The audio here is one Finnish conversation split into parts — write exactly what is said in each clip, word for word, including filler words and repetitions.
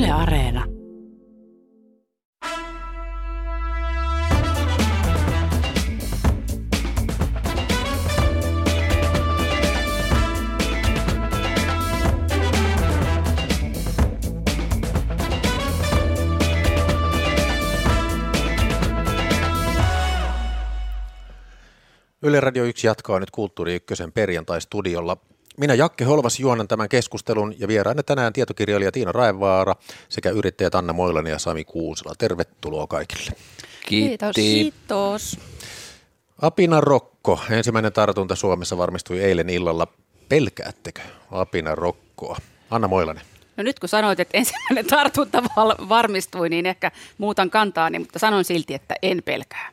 Yle Areena. Yle Radio yksi jatkaa nyt Kulttuuri Ykkösen perjantai-studiolla. Minä Jakke Holvas juonan tämän keskustelun ja vieraana tänään tietokirjailija Tiina Raevaara sekä yrittäjät Anna Moilanen ja Sami Kuusela. Tervetuloa kaikille. Kiitos. Kiitos. Apinarokko. Ensimmäinen tartunta Suomessa varmistui eilen illalla. Pelkäättekö apinarokkoa? Anna Moilanen. No nyt kun sanoit, että ensimmäinen tartunta val- varmistui, niin ehkä muutan kantaani, mutta sanon silti, että en pelkää.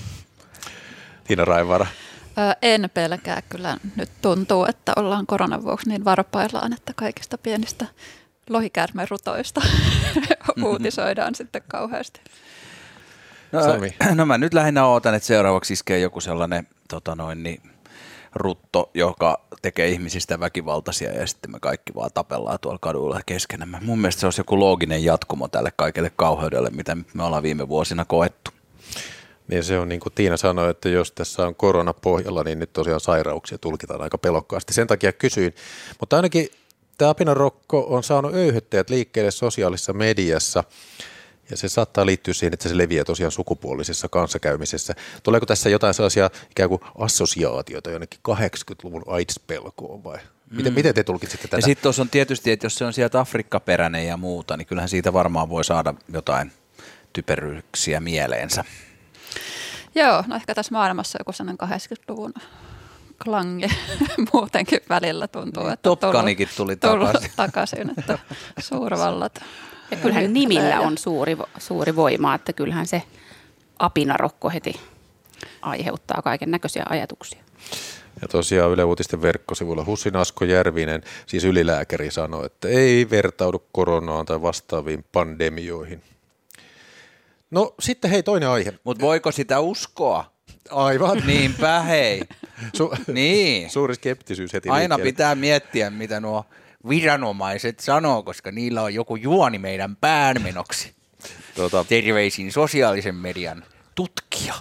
Tiina Raevaara. Öö, en pelkää. Kyllä nyt tuntuu, että ollaan koronan vuoksi niin varpaillaan, että kaikista pienistä lohikäärmerutoista uutisoidaan sitten kauheasti. No, no mä nyt lähinnä ootan, että seuraavaksi iskee joku sellainen tota noin, niin, rutto, joka tekee ihmisistä väkivaltaisia ja sitten me kaikki vaan tapellaan tuolla kadulla keskenämme. Mun mielestä se olisi joku looginen jatkumo tälle kaikelle kauheudelle, mitä me ollaan viime vuosina koettu. Niin se on niin kuin Tiina sanoi, että jos tässä on korona pohjalla, niin nyt tosiaan sairauksia tulkitaan aika pelokkaasti. Sen takia kysyin, mutta ainakin tämä apinarokko on saanut öyhyttäjät liikkeelle sosiaalisessa mediassa ja se saattaa liittyä siihen, että se leviää tosiaan sukupuolisessa kanssakäymisessä. Tuleeko tässä jotain sellaisia ikään kuin assosiaatioita jonnekin kahdeksankymmentäluvun AIDS-pelkoon vai? Miten, mm. miten te tulkitsitte tätä? Ja sitten tuossa on tietysti, että jos se on sieltä Afrikka-peräinen ja muuta, niin kyllähän siitä varmaan voi saada jotain typeryyksiä mieleensä. Joo, no ehkä tässä maailmassa joku sellainen kahdeksankymmentäluvun klangi muutenkin välillä tuntuu, että Topkanikin tuli takaisin. takaisin, että suurvallat. Ja kyllähän nimillä on suuri, suuri voima, että kyllähän se apinarokko heti aiheuttaa kaiken näköisiä ajatuksia. Ja tosiaan Yle Uutisten verkkosivuilla Hussin Asko Järvinen, siis ylilääkäri, sanoi, että ei vertaudu koronaan tai vastaaviin pandemioihin. No sitten hei toinen aihe. Mutta voiko sitä uskoa? Aivan. Niinpä hei. Su- niin. Suuri skeptisyys heti Aina liikkeelle. pitää miettiä, mitä nuo viranomaiset sanoo, koska niillä on joku juoni meidän päänmenoksi. Tuota, terveisin sosiaalisen median tutkija.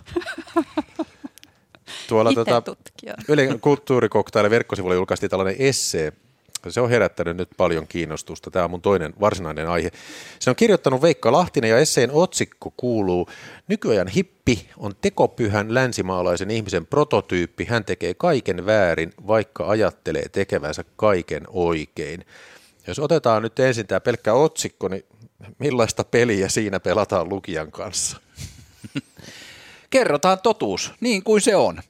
Tuolla Itse tuota, tutkija. Yle Kulttuurikoktailin verkkosivuilla julkaistiin tällainen essee. Se on herättänyt nyt paljon kiinnostusta. Tämä on mun toinen varsinainen aihe. Se on kirjoittanut Veikka Lahtinen ja esseen otsikko kuuluu: Nykyajan hippi on tekopyhän länsimaalaisen ihmisen prototyyppi. Hän tekee kaiken väärin, vaikka ajattelee tekevänsä kaiken oikein. Jos otetaan nyt ensin tämä pelkkä otsikko, niin millaista peliä siinä pelataan lukijan kanssa? Kerrotaan totuus, niin kuin se on.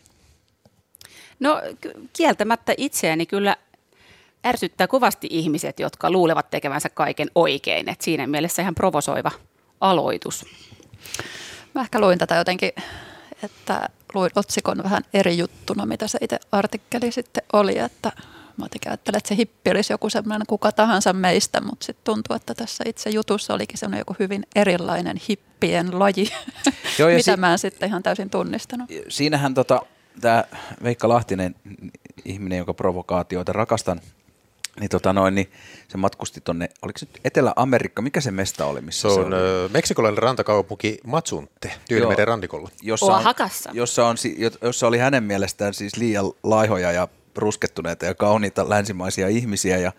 No kieltämättä itseäni kyllä ärsyttää kovasti ihmiset, jotka luulevat tekevänsä kaiken oikein. Et siinä mielessä ihan provosoiva aloitus. Mä ehkä luin tätä jotenkin, että luin otsikon vähän eri juttuna, mitä se itse artikkeli sitten oli, että mä jotenkin ajattelin, että se hippi olisi joku semmoinen kuka tahansa meistä, mutta sitten tuntuu, että tässä itse jutussa olikin semmoinen joku hyvin erilainen hippien laji, Joo, mitä si- mä en sitten ihan täysin tunnistanut. Siinähän tota, tämä Veikka Lahtinen, ihminen, joka provokaatioita rakastan, niin, tota noin, niin se matkusti tuonne, oliko se Etelä-Amerikka, mikä se mesta oli? Missä se se on oli? meksikolainen rantakaupunki Matsunte, Tyynimeren rannikolla. Jossa, on, jossa, on, jossa oli hänen mielestään siis liian laihoja ja ruskettuneita ja kauniita länsimaisia ihmisiä ja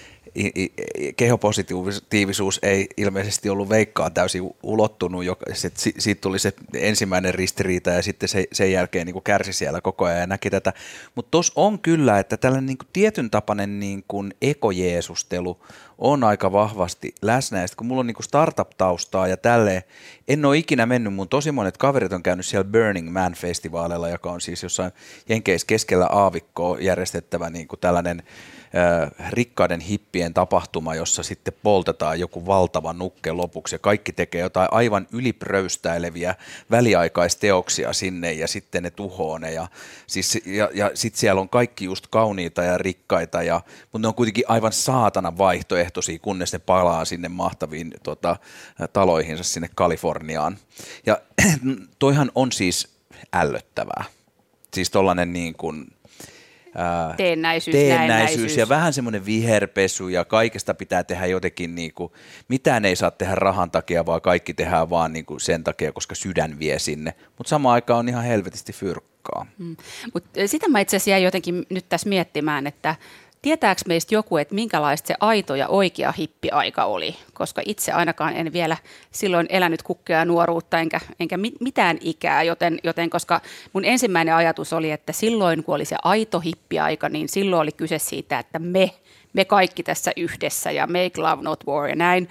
kehopositiivisuus ei ilmeisesti ollut Veikkaan täysin ulottunut, joka, sit, siitä tuli se ensimmäinen ristiriita ja sitten se, sen jälkeen niin kuin kärsi siellä koko ajan ja näki tätä. Mutta tuossa on kyllä, että tällainen niin kuin tietyn tapainen niin kuin ekojeesustelu on aika vahvasti läsnä ja sitten kun mulla on niin kuin startup-taustaa ja tälleen, en ole ikinä mennyt, mun tosi monet kaverit on käynyt siellä Burning Man-festivaaleilla, joka on siis jossain Jenkeissä keskellä aavikkoa järjestettävä niin kuin tällainen rikkaiden hippien tapahtuma, jossa sitten poltetaan joku valtava nukke lopuksi ja kaikki tekee jotain aivan ylipröystäileviä väliaikaisteoksia sinne ja sitten ne tuhoo ne ja, siis, ja, ja sitten siellä on kaikki just kauniita ja rikkaita, ja, mutta ne on kuitenkin aivan saatana vaihtoehtoisia, kunnes ne palaa sinne mahtaviin tota, taloihinsa sinne Kaliforniaan. Ja toihan on siis ällöttävää. Siis tollainen niin kuin ää, teennäisyys, teennäisyys näennäisyys. Ja vähän semmoinen viherpesu ja kaikesta pitää tehdä jotenkin, niin kuin, mitään ei saa tehdä rahan takia, vaan kaikki tehdään vaan niin kuin sen takia, koska sydän vie sinne. Mutta samaan aikaan on ihan helvetisti fyrkkaa. Mm. Mut sitä mä itse asiassa jäin jotenkin nyt tässä miettimään, että tietääkö meistä joku, että minkälaista se aito ja oikea hippiaika oli? Koska itse ainakaan en vielä silloin elänyt kukkea nuoruutta enkä, enkä mitään ikää, joten, joten koska mun ensimmäinen ajatus oli, että silloin kun oli se aito hippiaika, niin silloin oli kyse siitä, että me, me kaikki tässä yhdessä ja make love not war ja näin.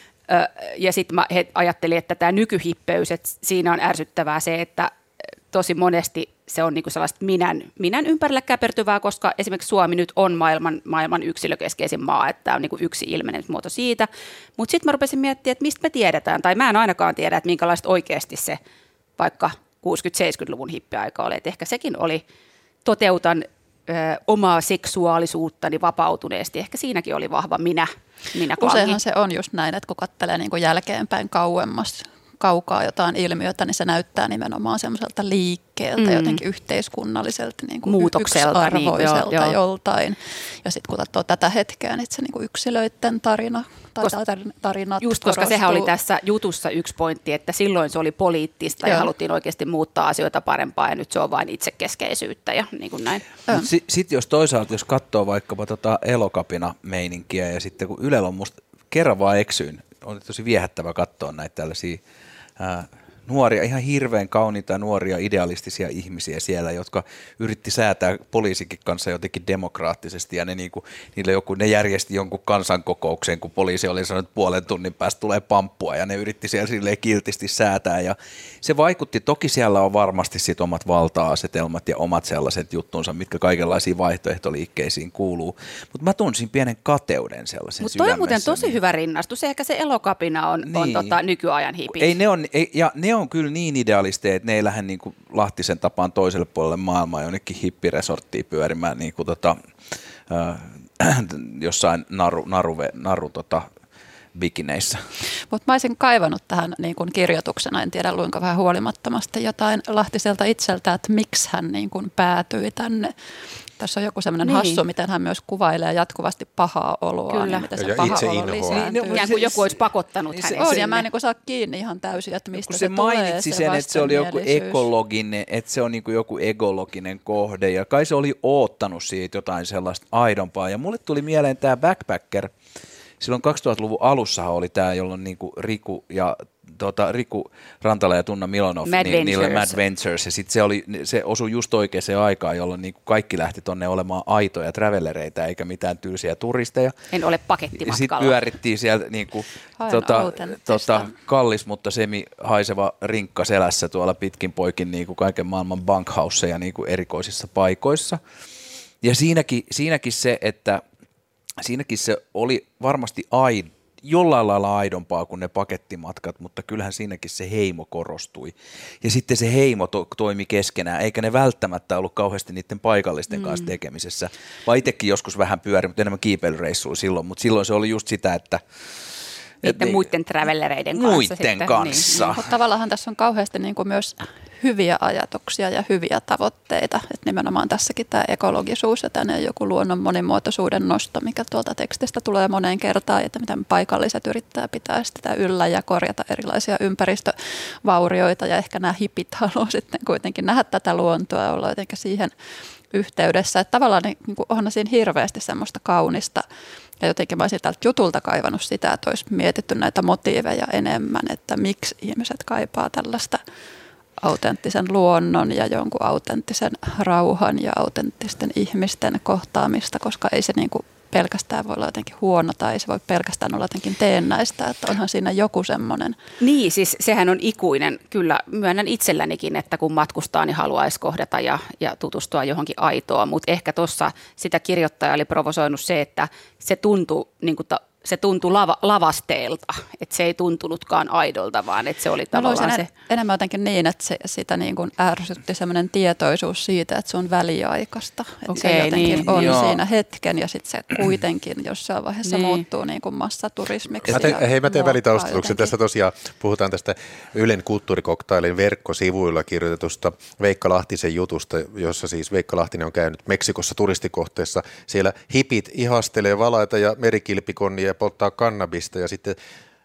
Ja sitten mä ajattelin, että tämä nykyhippeys, että siinä on ärsyttävää se, että tosi monesti se on niinku sellaista minän, minän ympärillä käpertyvää, koska esimerkiksi Suomi nyt on maailman, maailman yksilökeskeisin maa, että tämä on niinku yksi ilmenemismuoto siitä. Mutta sitten mä rupesin miettimään, että mistä me tiedetään, tai mä en ainakaan tiedä, että minkälaista oikeasti se vaikka kuusikymmentä-seitsemänkymmentäluvun hippiaika oli. Et ehkä sekin oli, toteutan ö, omaa seksuaalisuuttani vapautuneesti. Ehkä siinäkin oli vahva minä, minä Useinhan se on just näin, että kun katselee niinku jälkeenpäin kauemmas, kaukaa jotain ilmiötä, niin se näyttää nimenomaan semmoiselta liikkeeltä, mm. jotenkin yhteiskunnalliselta, niin kuin muutokselta, yksiarvoiselta niin, joo, joltain. Ja sitten kun katsoo tätä hetkeä, niin se niin kuin yksilöiden tarina tai Kos, tarinat Just koska korostuu. Sehän oli tässä jutussa yksi pointti, että silloin se oli poliittista joo. ja haluttiin oikeasti muuttaa asioita parempaa ja nyt se on vain itsekeskeisyyttä ja niin kuin näin. Sitten sit jos toisaalta, jos katsoo vaikkapa tota Elokapina-meininkiä ja sitten kun Ylellä on musta kerran vaan eksyin, on tosi viehättävä katsoa näitä tällaisia ää, nuoria, ihan hirveän kauniita nuoria idealistisia ihmisiä siellä, jotka yritti säätää poliisikin kanssa jotenkin demokraattisesti ja ne, niinku, niille joku, ne järjesti jonkun kansankokouksen, kun poliisi oli sanonut, että puolen tunnin päästä tulee pamppua ja ne yritti siellä silleen kiltisti säätää ja se vaikutti, toki siellä on varmasti sit omat valta-asetelmat ja omat sellaiset juttunsa, mitkä kaikenlaisiin vaihtoehtoliikkeisiin kuuluu, mutta mä tunsin pienen kateuden sellaisen Mut sydämessä. Mutta toi on muuten tosi niin. hyvä rinnastus, ehkä se Elokapina on, niin. on tota, nykyajan hipit. Ei ne on, ei, ja ne on kyllä niin idealisteja, että ne ei lähde niin kuin Lahtisen tapaan toiselle puolelle maailmaa jonnekin hippiresorttiin pyörimään niin kuin tota, äh, jossain naru, naru, naru tota, bikineissä. Mutta mä olisin kaivannut tähän niin kuin kirjoituksena, en tiedä luinko vähän huolimattomasti jotain Lahtiselta itseltä, että miksi hän niin kuin päätyi tänne. Tässä on joku semmoinen niin. hassu, miten hän myös kuvailee jatkuvasti pahaa oloa. Kyllä. Ja miten se ja paha itse olo lisääntyy. Ikään kuin joku olisi pakottanut niin hänet on, sinne. ja mä en niin saa kiinni ihan täysin, että mistä se, se, se tulee. mainitsi se sen, että se oli joku ekologinen, että se on niin kuin joku ekologinen kohde. Ja kai se oli oottanut siitä jotain sellaista aidompaa. Ja mulle tuli mieleen tämä Backpacker. Silloin kaksituhattaluvun alussa oli tämä, jolloin niinku Riku ja Tota, Riku Rantala ja Tunna Milonov, Mad niin, niille Ventures. Mad Ventures, ja sitten se, oli, se osui just oikeaan aikaan, jolloin niinku kaikki lähti tonne olemaan aitoja travelereita, eikä mitään tylsiä turisteja. En ole pakettimatkalla. Sitten pyörittiin siellä niinku, tota, tota, kallis, mutta semi haiseva rinkka selässä tuolla pitkin poikin niinku kaiken maailman bunkhouseja niinku erikoisissa paikoissa. Ja siinäkin, siinäkin se, että siinäkin se oli varmasti aid, jollain lailla aidompaa kuin ne pakettimatkat, mutta kyllähän siinäkin se heimo korostui. Ja sitten se heimo to- toimi keskenään, eikä ne välttämättä ollut kauheasti niiden paikallisten mm. kanssa tekemisessä. Vaan itsekin joskus vähän pyöri, mutta enemmän kiipeilyreissuja silloin, mutta silloin se oli just sitä, että niiden et, muiden travellereiden kanssa. Muiden sitten, kanssa. Niin. Mutta tavallaan tässä on kauheasti niin kuin myös hyviä ajatuksia ja hyviä tavoitteita. Et nimenomaan tässäkin tämä ekologisuus ja tänne joku luonnon monimuotoisuuden nosto, mikä tuolta tekstistä tulee moneen kertaan, että miten paikalliset yrittää pitää sitä yllä ja korjata erilaisia ympäristövaurioita. Ja ehkä nämä hipit haluaa sitten kuitenkin nähdä tätä luontoa ja olla jotenkin siihen yhteydessä. Että tavallaan niin kuin onhan siinä hirveästi semmoista kaunista. Ja jotenkin mä olisin tältä jutulta kaivannut sitä, että olisi mietitty näitä motiiveja enemmän, että miksi ihmiset kaipaa tällaista autenttisen luonnon ja jonkun autenttisen rauhan ja autenttisten ihmisten kohtaamista, koska ei se niin kuin pelkästään voi olla jotenkin huono tai ei se voi pelkästään olla jotenkin teennäistä, että onhan siinä joku semmoinen. Niin, siis sehän on ikuinen. Kyllä myönnän itsellänikin, että kun matkustaa, niin haluaisi kohdata ja, ja tutustua johonkin aitoon, mutta ehkä tuossa sitä kirjoittaja oli provosoinut se, että se tuntui niin kuin ta- se tuntui lava, lavasteelta, että se ei tuntunutkaan aidolta, vaan että se oli Mä tavallaan luulen se... en, enemmän jotenkin niin, että se, sitä niin kuin ärsytti semmoinen tietoisuus siitä, että se on väliaikaista. Että Okei, se jotenkin niin, on joo. siinä hetken ja sitten se kuitenkin jossain vaiheessa Niin. muuttuu niin kuin massaturismiksi. Mä teen, ja hei, mä teen muokkaa välitaustatuksen. jotenkin. Tässä tosiaan puhutaan tästä Ylen kulttuurikoktailin verkkosivuilla kirjoitetusta Veikka Lahtisen jutusta, jossa siis Veikka Lahtinen on käynyt Meksikossa turistikohteessa. Siellä hipit ihastelee valaita ja merikilpikonnia ja polttaa kannabista ja sitten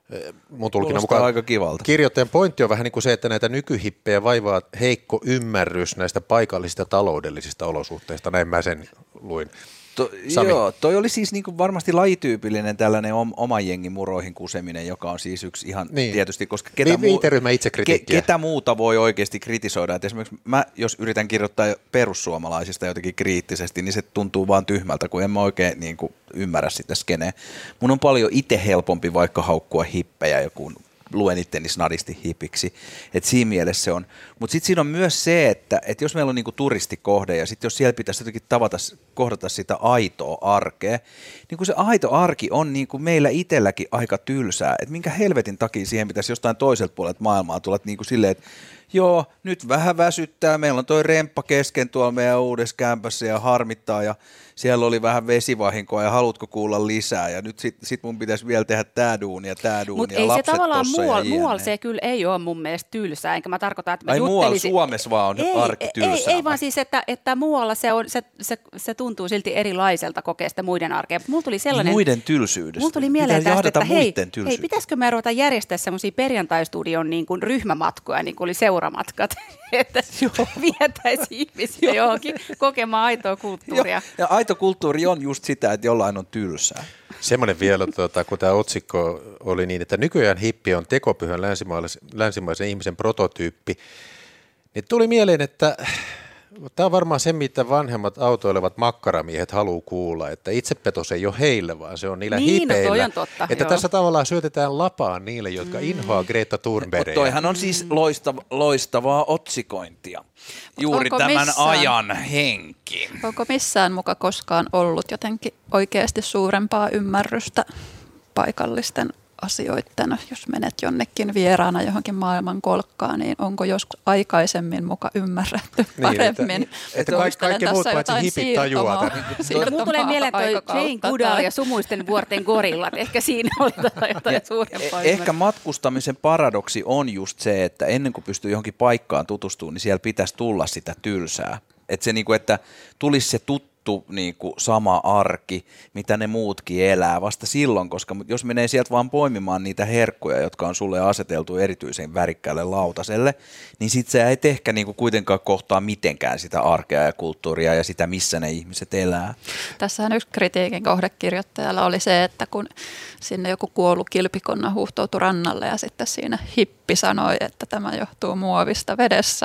mun tulkinnan Kuulostaa mukaan aika kivalta. kirjoittajan pointti on vähän niin kuin se, että näitä nykyhippejä vaivaa heikko ymmärrys näistä paikallisista taloudellisista olosuhteista. Näin mä sen luin. To, Sami. joo, toi oli siis niinku varmasti lajityypillinen tällainen om, oman jengin muroihin kuseminen, joka on siis yksi ihan Niin. tietysti, koska ketä, Vi- viiteryhmä ke, itsekritiikkiä. ketä muuta voi oikeasti kritisoida. Et esimerkiksi mä, jos yritän kirjoittaa perussuomalaisista jotenkin kriittisesti, niin se tuntuu vaan tyhmältä, kun en mä oikein niinku ymmärrä sitä skeneä. Mun on paljon itse helpompi vaikka haukkua hippejä, joku luen itteni snadisti hipiksi, että siinä mielessä se on. Mutta sitten siinä on myös se, että et jos meillä on niinku turistikohde ja sitten jos siellä pitäisi jotenkin tavata, kohdata sitä aitoa arkea, niin kun se aito arki on niinku meillä itselläkin aika tylsää, että minkä helvetin takia siihen pitäisi jostain toiselta puolelta maailmaa tulla niinku silleen, että joo, nyt vähän väsyttää, meillä on toi remppa kesken tuolla meidän uudessa kämpässä ja harmittaa ja siellä oli vähän vesivahinkoa ja haluatko kuulla lisää ja nyt sit, sit mun pitäisi vielä tehdä tää duuni ja tää duuni Mutta ja ei se lapset tavallaan tossa muualla, ja muualla se kyllä ei ole mun mielestä tylsää, enkä mä tarkoita, että mä Ai muualla juttelisin... Suomessa vaan on ei, arki tylsää. Ei, ei vaan siis, että, että muualla se, on, se, se, se tuntuu silti erilaiselta kokea sitä muiden arkea. Mulla tuli sellainen... Muiden tylsyydestä. Mulla tuli mieleen Pitää tästä, että jahdata hei, muiden tylsyyttä. hei, pitäisikö me ruveta järjestää semmoisia perjantaistudion niin kuin ryhmämatkoja, niin kuin oli seuramatkat, että vietäisiin ihmisiä johonkin kokemaan aitoa kulttuuria. Joo, ja aito kulttuuri on just sitä, että jollain on tylsää. Semmoinen vielä, tuota, kun tämä otsikko oli niin, että nykyään hippi on tekopyhän länsimaisen, länsimaisen ihmisen prototyyppi, niin tuli mieleen, että tämä on varmaan se, mitä vanhemmat autoilevat makkaramiehet haluaa kuulla, että itsepetos ei ole heille, vaan se on niillä Niin, no hipeillä. toi on totta, että joo. tässä tavallaan syötetään lapaan niille, jotka mm. inhoaa Greta Thunbergia. Mutta toihan on siis loistava, loistavaa otsikointia. Juuri onko tämän missään- ajan henki. Onko missään muka koskaan ollut jotenkin oikeasti suurempaa ymmärrystä paikallisten asioiden, jos menet jonnekin vieraana johonkin maailman kolkkaan, niin onko joskus aikaisemmin muka ymmärretty paremmin? Niin, että, että kaikki, kaikki muut paitsi hipit tajuaa tämän. No, mulla tulee mieleen toi Jane Goodall ja Sumuisten vuorten gorillat. Ehkä siinä oli tota jotain suurempaa. Eh- Ehkä matkustamisen paradoksi on just se, että ennen kuin pystyy johonkin paikkaan tutustumaan, niin siellä pitäisi tulla sitä tylsää. Että se niinku, että tulisi se tuttu niinku sama arki, mitä ne muutkin elää vasta silloin, koska jos menee sieltä vaan poimimaan niitä herkkuja, jotka on sulle aseteltu erityisen värikkäälle lautaselle, niin sit sä et ehkä niinku kuitenkaan kohtaa mitenkään sitä arkea ja kulttuuria ja sitä, missä ne ihmiset elää. Tässähän yksi kritiikin kohde kirjoittajalla oli se, että kun sinne joku kuollut kilpikonna huuhtoutui rannalle ja sitten siinä hippi sanoi, että tämä johtuu muovista vedessä.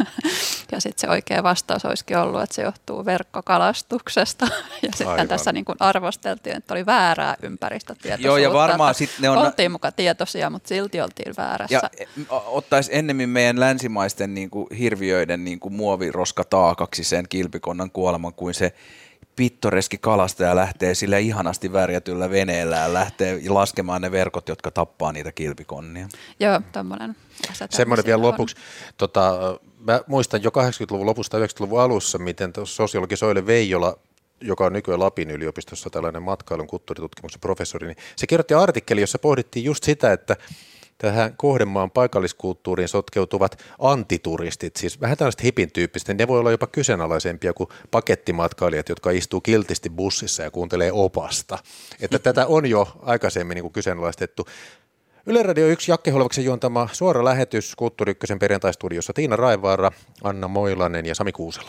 Ja sitten se oikea vastaus olisikin ollut, että se johtuu verkkokalastuksesta. Ja sitten Aivan. tässä niin kuin arvosteltiin, että oli väärää ympäristötietoisuutta. Joo, ja varmaan että sit ne on- oltiin mukaan tietoisia, mutta silti oltiin väärässä. Ja ottaisi ennemmin meidän länsimaisten niin kuin hirviöiden niin kuin muoviroska taakaksi sen kilpikonnan kuoleman kuin se pittoreski kalastaja lähtee sillä ihanasti värjätyllä veneellään, lähtee laskemaan ne verkot, jotka tappaa niitä kilpikonnia. Joo, tämmöinen asetelma Semmoinen vielä siinä on. lopuksi. Tota, mä muistan jo kahdeksankymmentäluvun lopusta yhdeksänkymmentäluvun alussa, miten sosiologi Soile Veijola, joka on nykyään Lapin yliopistossa tällainen matkailun kulttuuritutkimuksen professori, niin se kirjoitti artikkeli, jossa pohdittiin just sitä, että tähän kohdemaan paikalliskulttuuriin sotkeutuvat antituristit, siis vähän tällaiset hipin tyyppistä, ne voi olla jopa kyseenalaisempia kuin pakettimatkailijat, jotka istuu kiltisti bussissa ja kuuntelee opasta. Että tätä on jo aikaisemmin niin kuin kyseenalaistettu. Yle Radio yksi Jakke Holvaksen juontama suora lähetys Kulttuuri Ykkösen perjantaistudiossa Tiina Raivaara, Anna Moilanen ja Sami Kuusela.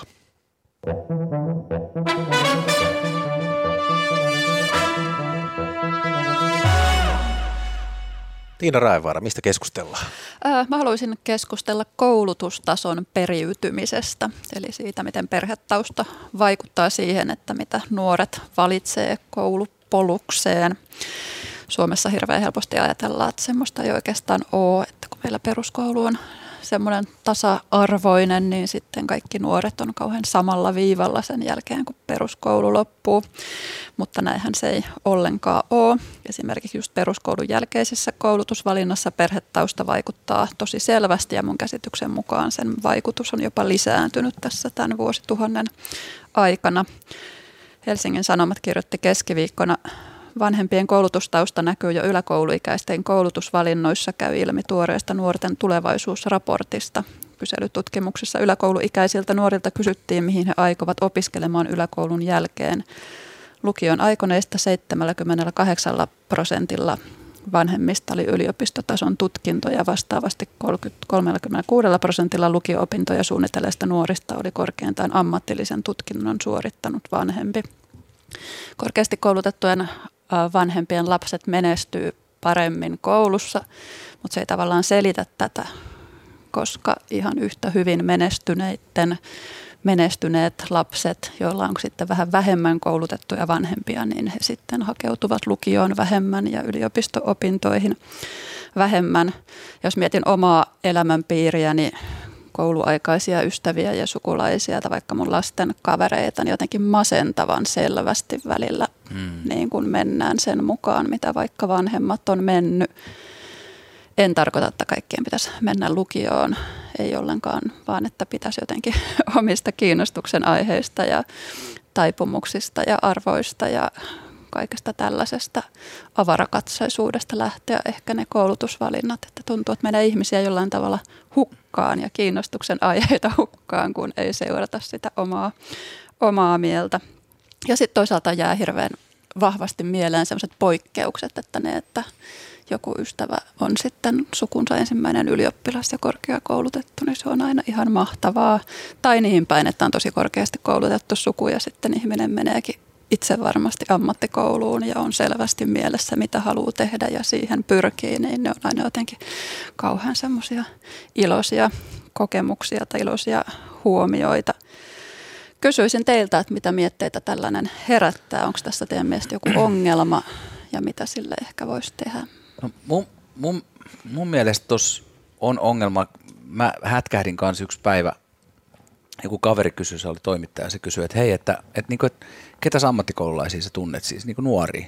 Tiina Raivaara, mistä keskustellaan? Ää, Mä haluaisin keskustella koulutustason periytymisestä, eli siitä, miten perhetausta vaikuttaa siihen, että mitä nuoret valitsee koulupolukseen. Suomessa hirveän helposti ajatellaan, että semmoista ei oikeastaan ole, että kun meillä peruskoulu on semmoinen tasa-arvoinen, niin sitten kaikki nuoret on kauhean samalla viivalla sen jälkeen, kun peruskoulu loppuu. Mutta näinhän se ei ollenkaan ole. Esimerkiksi just peruskoulun jälkeisessä koulutusvalinnassa perhetausta vaikuttaa tosi selvästi ja mun käsityksen mukaan sen vaikutus on jopa lisääntynyt tässä tämän vuosituhannen aikana. Helsingin Sanomat kirjoitti keskiviikkona: vanhempien koulutustausta näkyy jo yläkouluikäisten koulutusvalinnoissa, käy ilmi tuoreesta nuorten tulevaisuusraportista. Kyselytutkimuksessa yläkouluikäisiltä nuorilta kysyttiin, mihin he aikovat opiskelemaan yläkoulun jälkeen. Lukion aikoneista seitsemänkymmentäkahdeksan prosentilla vanhemmista oli yliopistotason tutkintoja, vastaavasti kolmekymmentäkuusi prosentilla lukio-opintoja suunnitelleista nuorista oli korkeintaan ammatillisen tutkinnon suorittanut vanhempi. Korkeasti koulutettujen vanhempien lapset menestyy paremmin koulussa, mutta se ei tavallaan selitä tätä, koska ihan yhtä hyvin menestyneiden menestyneet lapset, joilla on sitten vähän vähemmän koulutettuja vanhempia, niin he sitten hakeutuvat lukioon vähemmän ja yliopisto-opintoihin vähemmän. Jos mietin omaa elämänpiiriä, niin kouluaikaisia ystäviä ja sukulaisia tai vaikka mun lasten kavereita, niin jotenkin masentavan selvästi välillä mm. niin kun mennään sen mukaan, mitä vaikka vanhemmat on mennyt. En tarkoita, että kaikkien pitäisi mennä lukioon, ei ollenkaan, vaan että pitäisi jotenkin omista kiinnostuksen aiheista ja taipumuksista ja arvoista ja kaikesta tällaisesta avarakatseisuudesta lähteä ehkä ne koulutusvalinnat, että tuntuu, että menee ihmisiä jollain tavalla hukkaan ja kiinnostuksen aiheita hukkaan, kun ei seurata sitä omaa, omaa mieltä. Ja sitten toisaalta jää hirveän vahvasti mieleen sellaiset poikkeukset, että ne, että joku ystävä on sitten sukunsa ensimmäinen ylioppilas ja korkeakoulutettu, niin se on aina ihan mahtavaa. Tai niin päin, että on tosi korkeasti koulutettu suku ja sitten ihminen meneekin itse varmasti ammattikouluun ja on selvästi mielessä, mitä haluaa tehdä ja siihen pyrkii, niin ne on aina jotenkin kauhean semmoisia iloisia kokemuksia tai iloisia huomioita. Kysyisin teiltä, että mitä mietteitä tällainen herättää. Onko tässä teidän mielestä joku ongelma ja mitä sille ehkä voisi tehdä? No, mun, mun, mun mielestä tuossa on ongelma. Mä hätkähdin kanssa yksi päivä. Joku kaveri kysyi, se oli toimittaja, se kysyi, että hei, että, että, niinku, että ketäs ammattikoululaisia sä tunnet siis, niinku nuoria?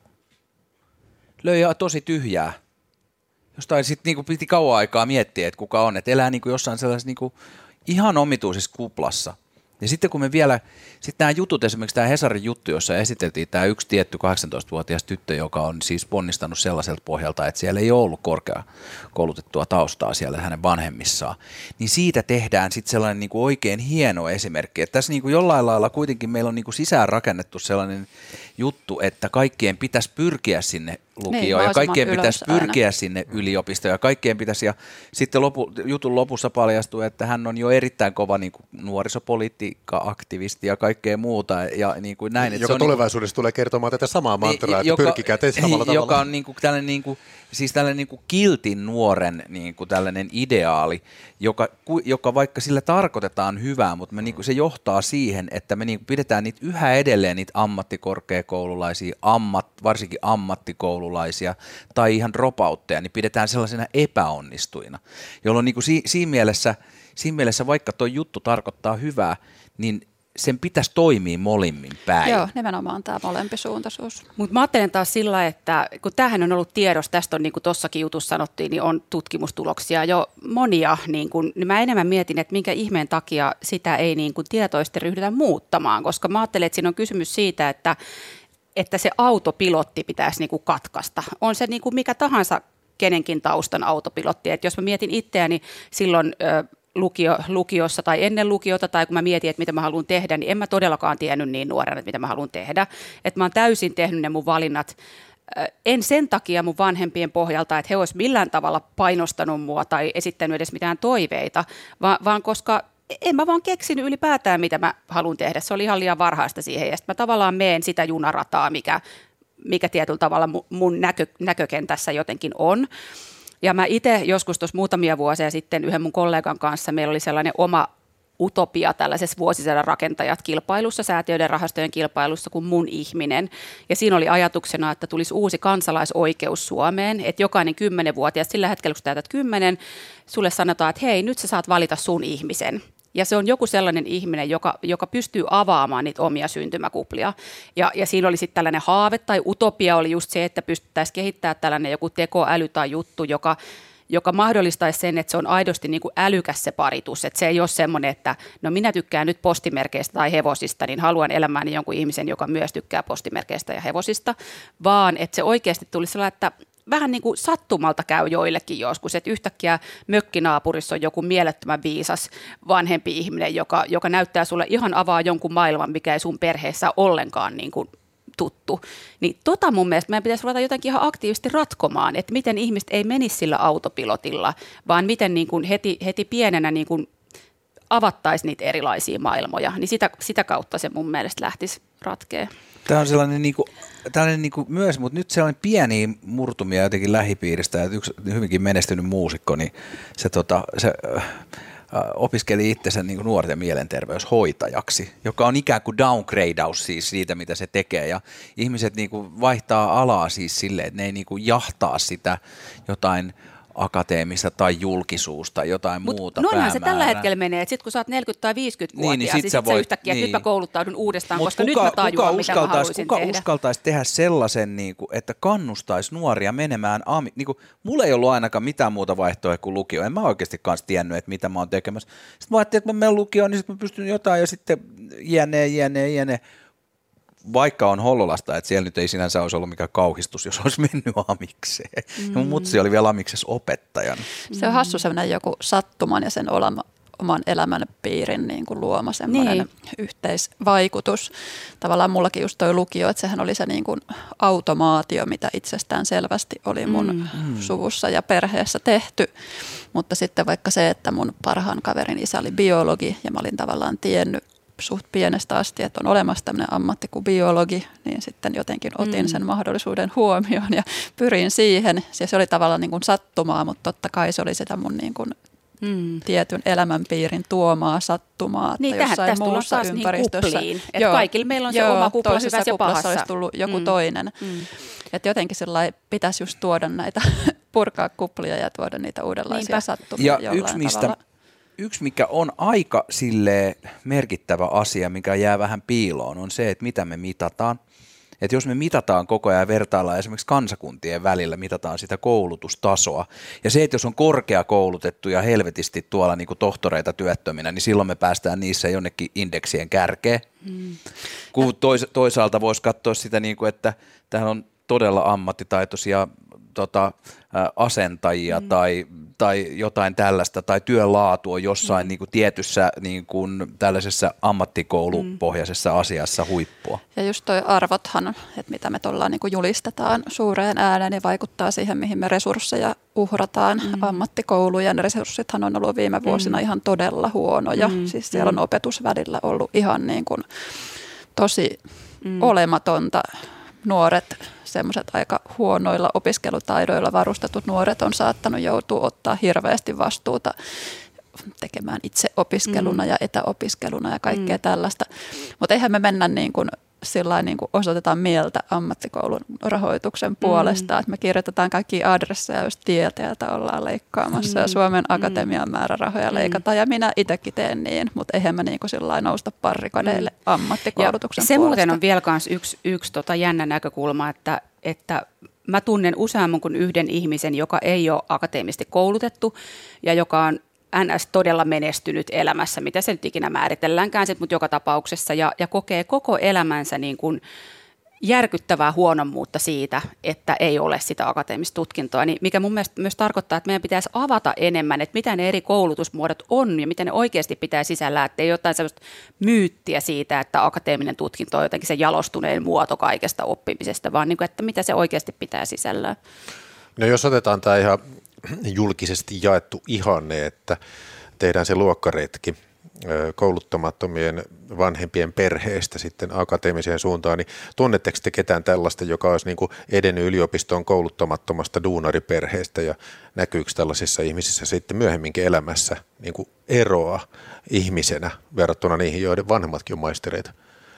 Löi tosi tyhjää. Jostain sitten niinku piti kauan aikaa miettiä, että kuka on, että elää niinku jossain sellaisessa niinku ihan omituisessa kuplassa. Ja sitten kun me vielä, sitten nämä jutut, esimerkiksi tämä Hesarin juttu, jossa esiteltiin tämä yksi tietty kahdeksantoistavuotias tyttö, joka on siis ponnistanut sellaiselta pohjalta, että siellä ei ole ollut korkeakoulutettua taustaa siellä hänen vanhemmissaan, niin siitä tehdään sitten sellainen niin kuin oikein hieno esimerkki. Että tässä niin kuin jollain lailla kuitenkin meillä on niin kuin sisään rakennettu sellainen juttu, että kaikkien pitäisi pyrkiä sinne lukioon niin, ja kaikkien pitäisi pyrkiä aina sinne yliopistoon ja kaikkien pitäisi, ja sitten lopu, jutun lopussa paljastuu, että hän on jo erittäin kova niin kuin nuorisopolitiikka-aktivisti ja kaikkea muuta ja niin kuin näin. Joka tulevaisuudessa niin kuin, tulee kertomaan tätä samaa mantraa, että joka, pyrkikää te samalla tavalla. Joka on niin kuin tällainen, niin kuin, siis tällainen niin kuin kiltin nuoren niin kuin tällainen ideaali, joka, joka vaikka sillä tarkoitetaan hyvää, mutta me, niin kuin, se johtaa siihen, että me niin kuin, pidetään niitä yhä edelleen niitä ammattikorkeakoululaisia, ammat, varsinkin ammattikoululaisia tai ihan dropoutteja, niin pidetään sellaisena epäonnistuina, jolloin niin kuin si, siinä, mielessä, siinä mielessä vaikka tuo juttu tarkoittaa hyvää, niin sen pitäisi toimia molemmin päin. Joo, nimenomaan tämä molempisuuntaisuus. Mutta mä ajattelen taas sillä, että kun tämähän on ollut tiedossa, tästä on niin kuin tuossakin jutussa sanottiin, niin on tutkimustuloksia jo monia, niin, kun, niin mä enemmän mietin, että minkä ihmeen takia sitä ei niin kuin tietoisesti ryhdytä muuttamaan, koska mä ajattelen, että siinä on kysymys siitä, että että se autopilotti pitäisi niin kuin katkaista. On se niin kuin mikä tahansa kenenkin taustan autopilotti. Et jos mä mietin itseäni silloin ö, lukio, lukiossa tai ennen lukiota tai kun mä mietin, että mitä mä haluan tehdä, niin en mä todellakaan tiennyt niin nuorena, että mitä mä haluan tehdä. Että mä oon täysin tehnyt ne mun valinnat. En sen takia mun vanhempien pohjalta, että he olisivat millään tavalla painostanut mua tai esittänyt edes mitään toiveita, vaan, vaan koska en mä vaan keksinyt ylipäätään, mitä mä haluan tehdä. Se oli ihan liian varhaista siihen. Ja sitten mä tavallaan meen sitä junarataa, mikä, mikä tietyllä tavalla mun näkö, näkökentässä jotenkin on. Ja mä itse joskus tuossa muutamia vuosia sitten yhden mun kollegan kanssa, meillä oli sellainen oma utopia tällaisessa vuosisadan rakentajat kilpailussa, säätiöiden rahastojen kilpailussa kuin Mun ihminen. Ja siinä oli ajatuksena, että tulisi uusi kansalaisoikeus Suomeen, että jokainen kymmenvuotias sillä hetkellä, kun täytät kymmenen, sulle sanotaan, että hei, nyt sä saat valita sun ihmisen. Ja se on joku sellainen ihminen, joka, joka pystyy avaamaan niitä omia syntymäkuplia. Ja, ja siinä oli sitten tällainen haave tai utopia oli just se, että pystyttäisiin kehittämään tällainen joku tekoäly tai juttu, joka, joka mahdollistaisi sen, että se on aidosti niin kuin älykäs se paritus. Että se ei ole semmoinen, että no minä tykkään nyt postimerkeistä tai hevosista, niin haluan elämääni jonkun ihmisen, joka myös tykkää postimerkeistä ja hevosista, vaan että se oikeasti tulisi sellainen, että vähän niin kuin sattumalta käy joillekin joskus, että yhtäkkiä mökkinaapurissa on joku mielettömän viisas vanhempi ihminen, joka, joka näyttää sulle ihan avaa jonkun maailman, mikä ei sun perheessä ole ollenkaan niin kuin tuttu. Niin tota mun mielestä meidän pitäisi ruveta jotenkin ihan aktiivisesti ratkomaan, että miten ihmiset ei menisi sillä autopilotilla, vaan miten niin kuin heti, heti pienenä niin kuin avattaisiin niitä erilaisia maailmoja, niin sitä, sitä kautta se mun mielestä lähtisi ratkea. Tämä on sellainen niin kuin, tällainen niin kuin myös, mutta nyt sellainen pieniä murtumia jotenkin lähipiiristä, että yksi hyvinkin menestynyt muusikko, niin se, tota, se äh, opiskeli itsensä niin kuin nuorten mielenterveyshoitajaksi, joka on ikään kuin downgradeaus siis siitä, mitä se tekee, ja ihmiset niin kuin vaihtaa alaa siis silleen, että ne ei niin kuin jahtaa sitä jotain akateemista tai julkisuus tai jotain Mut muuta noinhan päämäärää. Se tällä hetkellä menee, että sitten kun sä oot neljäkymmentä- tai viisikymmentävuotias, niin, niin sit, sit sä yhtäkkiä, niin. että nyt mä kouluttaudun uudestaan, Mut koska kuka, nyt mä tajuan, mitä mä haluaisin kuka tehdä. Kuka uskaltaisi tehdä sellaisen, niin kuin, että kannustaisi nuoria menemään, aami, niin kuin, mulla ei ollut ainakaan mitään muuta vaihtoehtoa kuin lukio, en mä oikeasti kanssa tiennyt, että mitä mä oon tekemässä. Sitten mä ajattelin, että mä menen lukioon, niin sitten mä pystyn jotain ja sitten jne, jne, jne. Vaikka on Hollolasta, että siellä nyt ei sinänsä olisi ollut mikään kauhistus, jos olisi mennyt amikseen. Mm. Mun mutsi oli vielä amiksessa opettajana. Se on hassu sellainen joku sattuman ja sen olema, oman elämän piirin niin kuin luoma semmoinen niin. yhteisvaikutus. Tavallaan mullakin just toi lukio, että sehän oli se niin kuin automaatio, mitä itsestään selvästi oli mun mm. suvussa ja perheessä tehty. Mutta sitten vaikka se, että mun parhaan kaverin isä oli biologi ja mä olin tavallaan tiennyt suht pienestä asti, että on olemassa tämmöinen ammatti kuin biologi, niin sitten jotenkin otin sen mahdollisuuden huomioon ja pyrin siihen. Se oli tavallaan niin kuin sattumaa, mutta totta kai se oli sitä mun niin kuin mm. tietyn elämänpiirin tuomaa sattumaa, niin, että jossain tähän, muussa niin ympäristössä. Kupliin, että kaikilla meillä on se joo, oma kupla hyvässä ja pahassa. olisi tullut joku mm. toinen. Mm. Että jotenkin sellainen pitäisi just tuoda näitä, purkaa kuplia ja tuoda niitä uudenlaisia Niinpä. sattumia ja yksi mistä Yksi, mikä on aika sille merkittävä asia, mikä jää vähän piiloon, on se, että mitä me mitataan. Että jos me mitataan koko ajan ja vertaillaan esimerkiksi kansakuntien välillä, mitataan sitä koulutustasoa. Ja se, että jos on korkeakoulutettu ja helvetisti tuolla niin kuin tohtoreita työttöminä, niin silloin me päästään niissä jonnekin indeksien kärkeen. Hmm. Kun tois, toisaalta voisi katsoa sitä, niin kuin, että tähän on todella ammattitaitoisia tota, asentajia mm. tai, tai jotain tällaista, tai työn laatu on jossain mm. niin kuin tietyssä niin kuin tällaisessa ammattikoulupohjaisessa asiassa huippua. Ja just toi arvothan, että mitä me tuollaan niin kuin julistetaan suureen ääneen, niin vaikuttaa siihen, mihin me resursseja uhrataan. Mm. Ammattikoulujen resurssithan on ollut viime vuosina mm. ihan todella huonoja. Mm. Siis siellä on mm. opetusvälillä ollut ihan niin kuin tosi mm. olematonta. Nuoret, semmoiset aika huonoilla opiskelutaidoilla varustetut nuoret on saattanut joutua ottaa hirveästi vastuuta tekemään itse opiskeluna mm. ja etäopiskeluna ja kaikkea mm. tällaista. Mutta eihän me mennä niin kuin sillain niin kuin osoitetaan mieltä ammattikoulun rahoituksen puolesta, mm. että me kirjoitetaan kaikki adresseja, jos tieteeltä ollaan leikkaamassa mm. ja Suomen mm. akatemian määrärahoja leikataan ja minä itsekin teen niin, mutta eihän me niin kuin sillain nousta parrikadeille mm. ammattikoulutuksen ja se puolesta. Se muuten on vielä kans yksi, yksi tota jännä näkökulma, että, että mä tunnen useamman kuin yhden ihmisen, joka ei ole akateemisesti koulutettu ja joka on N S todella menestynyt elämässä, mitä se nyt ikinä määritelläänkään, sit, mutta joka tapauksessa, ja, ja kokee koko elämänsä niin kuin järkyttävää huonommuutta siitä, että ei ole sitä akateemista tutkintoa, niin mikä mun mielestä myös tarkoittaa, että meidän pitäisi avata enemmän, että mitä ne eri koulutusmuodot on ja miten ne oikeasti pitää sisällään, että ei ole jotain sellaista myyttiä siitä, että akateeminen tutkinto on jotenkin se jalostunein muoto kaikesta oppimisesta, vaan niin kuin, että mitä se oikeasti pitää sisällään. No jos otetaan tämä ihan julkisesti jaettu ihanne, että tehdään se luokkaretki kouluttamattomien vanhempien perheestä sitten akateemiseen suuntaan, niin tunnetteko te ketään tällaista, joka olisi niin kuin edennyt yliopistoon kouluttamattomasta duunariperheestä ja näkyykö tällaisissa ihmisissä sitten myöhemminkin elämässä niin kuin eroa ihmisenä verrattuna niihin, joiden vanhemmatkin on maistereita?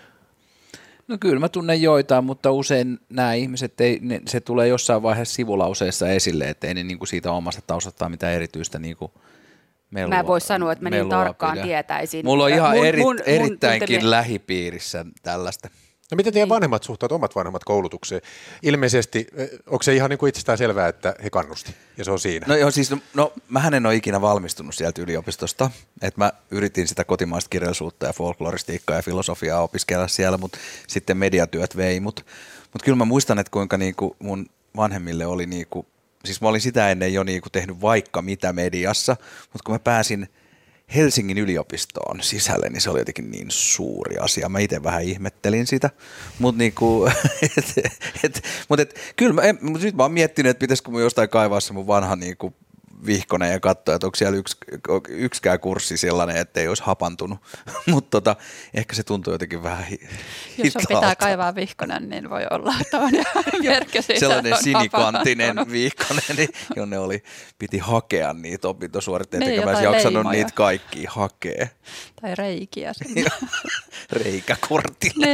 No kyllä mä tunnen joitain, mutta usein nämä ihmiset, ei, ne, se tulee jossain vaiheessa sivulauseessa esille, että ei ne niin kuin siitä omasta taustastaan mitään erityistä niin kuin melua, mä en voi sanoa, että mä niin tarkkaan pidä. tietäisin. Mulla on ihan mun, eri, mun, erittäinkin mun lähipiirissä tällaista. No miten teidän vanhemmat suhtautuvat, omat vanhemmat koulutukseen? Ilmeisesti, onko se ihan niin kuin itsestään selvää, että he kannusti ja se on siinä? No joo, siis no, no mähän en ole ikinä valmistunut sieltä yliopistosta, että mä yritin sitä kotimaista kirjallisuutta ja folkloristiikkaa ja filosofiaa opiskella siellä, mutta sitten mediatyöt vei mut. Mutta kyllä mä muistan, että kuinka niinku mun vanhemmille oli, niinku, siis mä olin sitä ennen jo niinku tehnyt vaikka mitä mediassa, mutta kun mä pääsin Helsingin yliopistoon sisälle, niin se oli jotenkin niin suuri asia. Mä itse vähän ihmettelin sitä, mutta niinku, et, et, mut et, kyllä mä, en, mut nyt mä oon miettinyt, että pitäisikö mun jostain kaivaa se mun vanha niinku vihkonen ja katsoa, että onko siellä yks, yksikään kurssi sellainen, että ei olisi hapantunut, mutta tota, ehkä se tuntuu jotenkin vähän hitaalta. Jos on pitää kaivaa vihkonen, niin voi olla toinen merkki siitä, sellainen sinikantinen vihkonen, niin, jonne oli, piti hakea niitä opintosuoritteita, niin, eikä mä jaksanut leimoja. niitä kaikkia hakea. Tai reikiä. Reikäkortilla.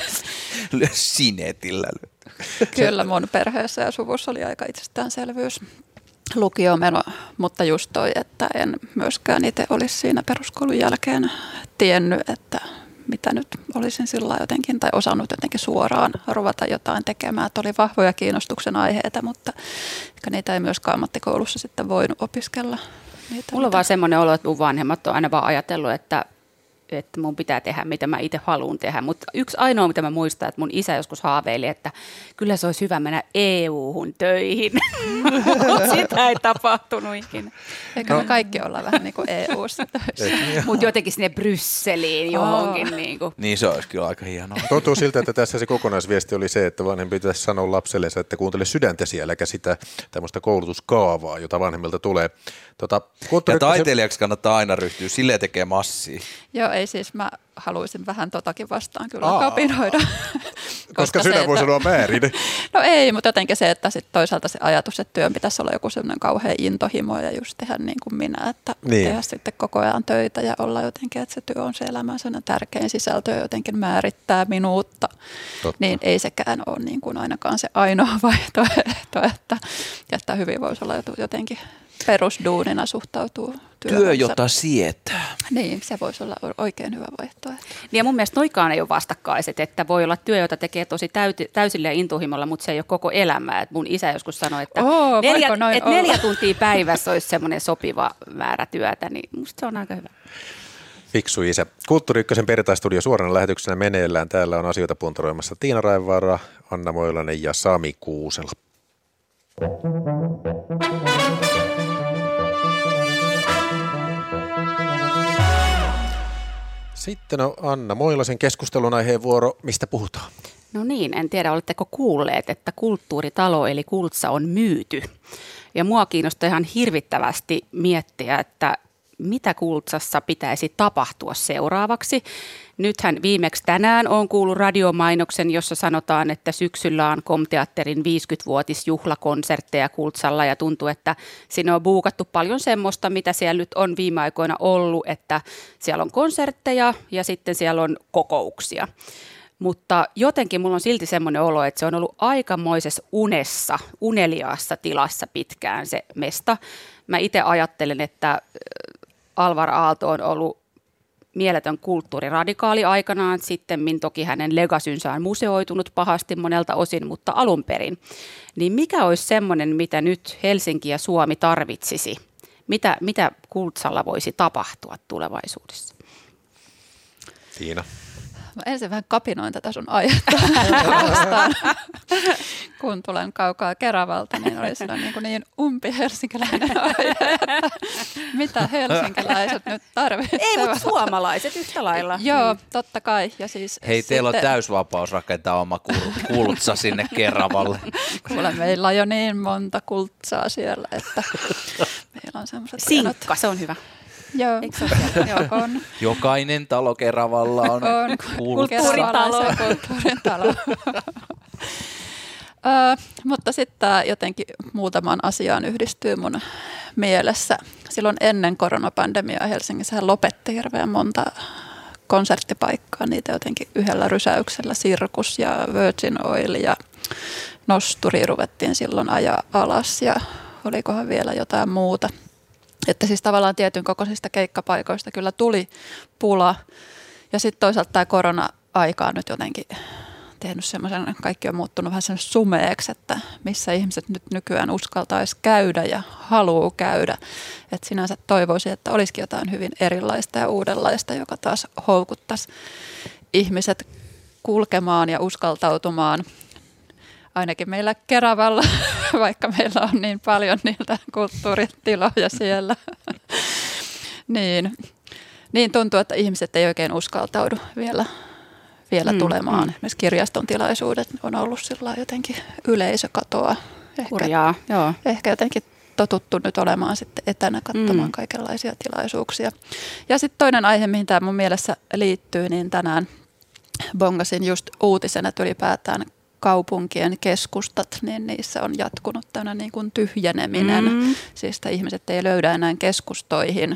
Sinetillä. Kyllä mun perheessä ja suvussa oli aika itsestäänselvyys lukiomeno, mutta just toi, että en myöskään itse olisi siinä peruskoulun jälkeen tiennyt, että mitä nyt olisin sillä jotenkin, tai osannut jotenkin suoraan ruveta jotain tekemään. Että oli vahvoja kiinnostuksen aiheita, mutta ehkä niitä ei myöskään ammattikoulussa sitten voinut opiskella. Niitä, Mulla on mitä... vaan semmoinen olo, että mun vanhemmat on aina vaan ajatellut, että että mun pitää tehdä, mitä mä itse haluan tehdä. Mutta yksi ainoa, mitä mä muistan, että mun isä joskus haaveili, että kyllä se olisi hyvä mennä E U-hun töihin. Mutta sitä ei tapahtunut ikinä. Eikö me kaikki olla vähän niin kuin E U:ssa töissä? Mutta jotenkin sinne Brysseliin johonkin. Oh. Niin, kuin. Niin se olisi kyllä aika hienoa. Tuntuu siltä, että tässä se kokonaisviesti oli se, että vanhempi pitäisi sanoa lapsellensa, että kuuntele sydäntäsi, äläkä sitä tämmöistä koulutuskaavaa, jota vanhemmilta tulee. Tota, ja taiteilijaksi kannattaa aina ryhtyä, silleen tekee massia. Joo, ei siis mä haluaisin vähän totakin vastaan kyllä Aa. kapinoida. Koska, Koska sydän voi sanoa väärin. No ei, mutta jotenkin se, että sit toisaalta se ajatus, että työn pitäisi olla joku sellainen kauhean intohimo ja just tehdä niin kuin minä, että niin. tehdä sitten koko ajan töitä ja olla jotenkin, että se työ on se elämän tärkein sisältö ja jotenkin määrittää minuutta. Totta. Niin ei sekään ole niin kuin ainakaan se ainoa vaihtoehto, että, että hyvin voisi olla jotenkin perusduunina suhtautuu työhön. Työ, jota sietää. Niin, se voisi olla oikein hyvä vaihtoehto. Niin ja mun mielestä noikaan ei ole vastakkaiset, että voi olla työ, jota tekee tosi täyti, täysillä ja intohimolla, mutta se ei ole koko elämää. Et mun isä joskus sanoi, että Oo, neljä, et neljä olla? tuntia päivässä olisi semmoinen sopiva määrä työtä, niin musta se on aika hyvä. Fiksu isä. Kulttuuri Ykkösen perjantaistudio suorana lähetyksenä meneillään. Täällä on asioita puntaroimassa Tiina Raivaara, Anna Moilanen ja Sami Kuusela. Sitten on Anna Moilasen keskustelun aiheen vuoro. Mistä puhutaan? No niin, en tiedä, oletteko kuulleet, että kulttuuritalo eli Kultsa on myyty. Ja mua kiinnostaa ihan hirvittävästi miettiä, että mitä Kultsassa pitäisi tapahtua seuraavaksi. Nythän viimeksi tänään on kuullut radiomainoksen, jossa sanotaan, että syksyllä on Kom-teatterin viisikymmenvuotisjuhlakonsertteja Kultsalla ja tuntuu, että siinä on buukattu paljon semmoista, mitä siellä nyt on viime aikoina ollut, että siellä on konsertteja ja sitten siellä on kokouksia. Mutta jotenkin mulla on silti semmoinen olo, että se on ollut aikamoisessa unessa, uneliaassa tilassa pitkään se mesta. Mä itse ajattelen, että Alvar Aalto on ollut mieletön kulttuuriradikaali aikanaan, sitten toki hänen legasynsä on museoitunut pahasti monelta osin, mutta alun perin. Niin mikä olisi semmoinen, mitä nyt Helsinki ja Suomi tarvitsisi? Mitä, mitä Kultsalla voisi tapahtua tulevaisuudessa? Tiina. Mä ensin vähän kapinoin tätä sun aihetta vastaan. Kun tulen kaukaa Keravalta, niin oli niin, niin umpi helsinkiläinen aihe, että mitä helsinkiläiset nyt tarvitsevat. Ei, mutta suomalaiset yhtä lailla. Joo, totta kai. Ja siis hei, teillä sitten on täysvapaus rakentaa oma Kultsa sinne Keravalle. Kuule, meillä on jo niin monta Kultsaa siellä, että meillä on semmoiset Sinkka, se on hyvä. Joo, Eikö se ole siellä? joo, on. Jokainen talo Keravalla on, On Kulttuuritalo. kulttuuritalo. Ö, mutta sitten tämä jotenkin muutamaan asiaan yhdistyy mun mielessä. Silloin ennen koronapandemiaa Helsingissähän lopetti hirveän monta konserttipaikkaa. Niitä jotenkin yhdellä rysäyksellä Sirkus ja Virgin Oil ja Nosturi ruvettiin silloin ajaa alas ja olikohan vielä jotain muuta. Että siis tavallaan tietyn kokoisista keikkapaikoista kyllä tuli pula. Ja sitten toisaalta tämä korona-aika on nyt jotenkin tehnyt semmoisen, kaikki on muuttunut vähän semmoisen sumeeksi, että missä ihmiset nyt nykyään uskaltaisi käydä ja haluaa käydä. Että sinänsä toivoisin, että olisikin jotain hyvin erilaista ja uudenlaista, joka taas houkuttaisi ihmiset kulkemaan ja uskaltautumaan. Ainakin meillä Keravalla, vaikka meillä on niin paljon niiltä kulttuuritiloja siellä, niin, niin tuntuu, että ihmiset ei oikein uskaltaudu vielä, vielä mm, tulemaan. Mm. Esimerkiksi kirjaston tilaisuudet on ollut sillä jotenkin yleisökatoa. Ehkä, Kurjaa, joo. Ehkä jotenkin totuttu nyt olemaan sitten etänä katsomaan mm. kaikenlaisia tilaisuuksia. Ja sitten toinen aihe, mihin tämä mun mielessä liittyy, niin tänään bongasin just uutisen, että ylipäätään kaupunkien keskustat, niin niissä on jatkunut tämmöinen niin kuin tyhjeneminen. Mm. Siis että ihmiset ei löydä enää keskustoihin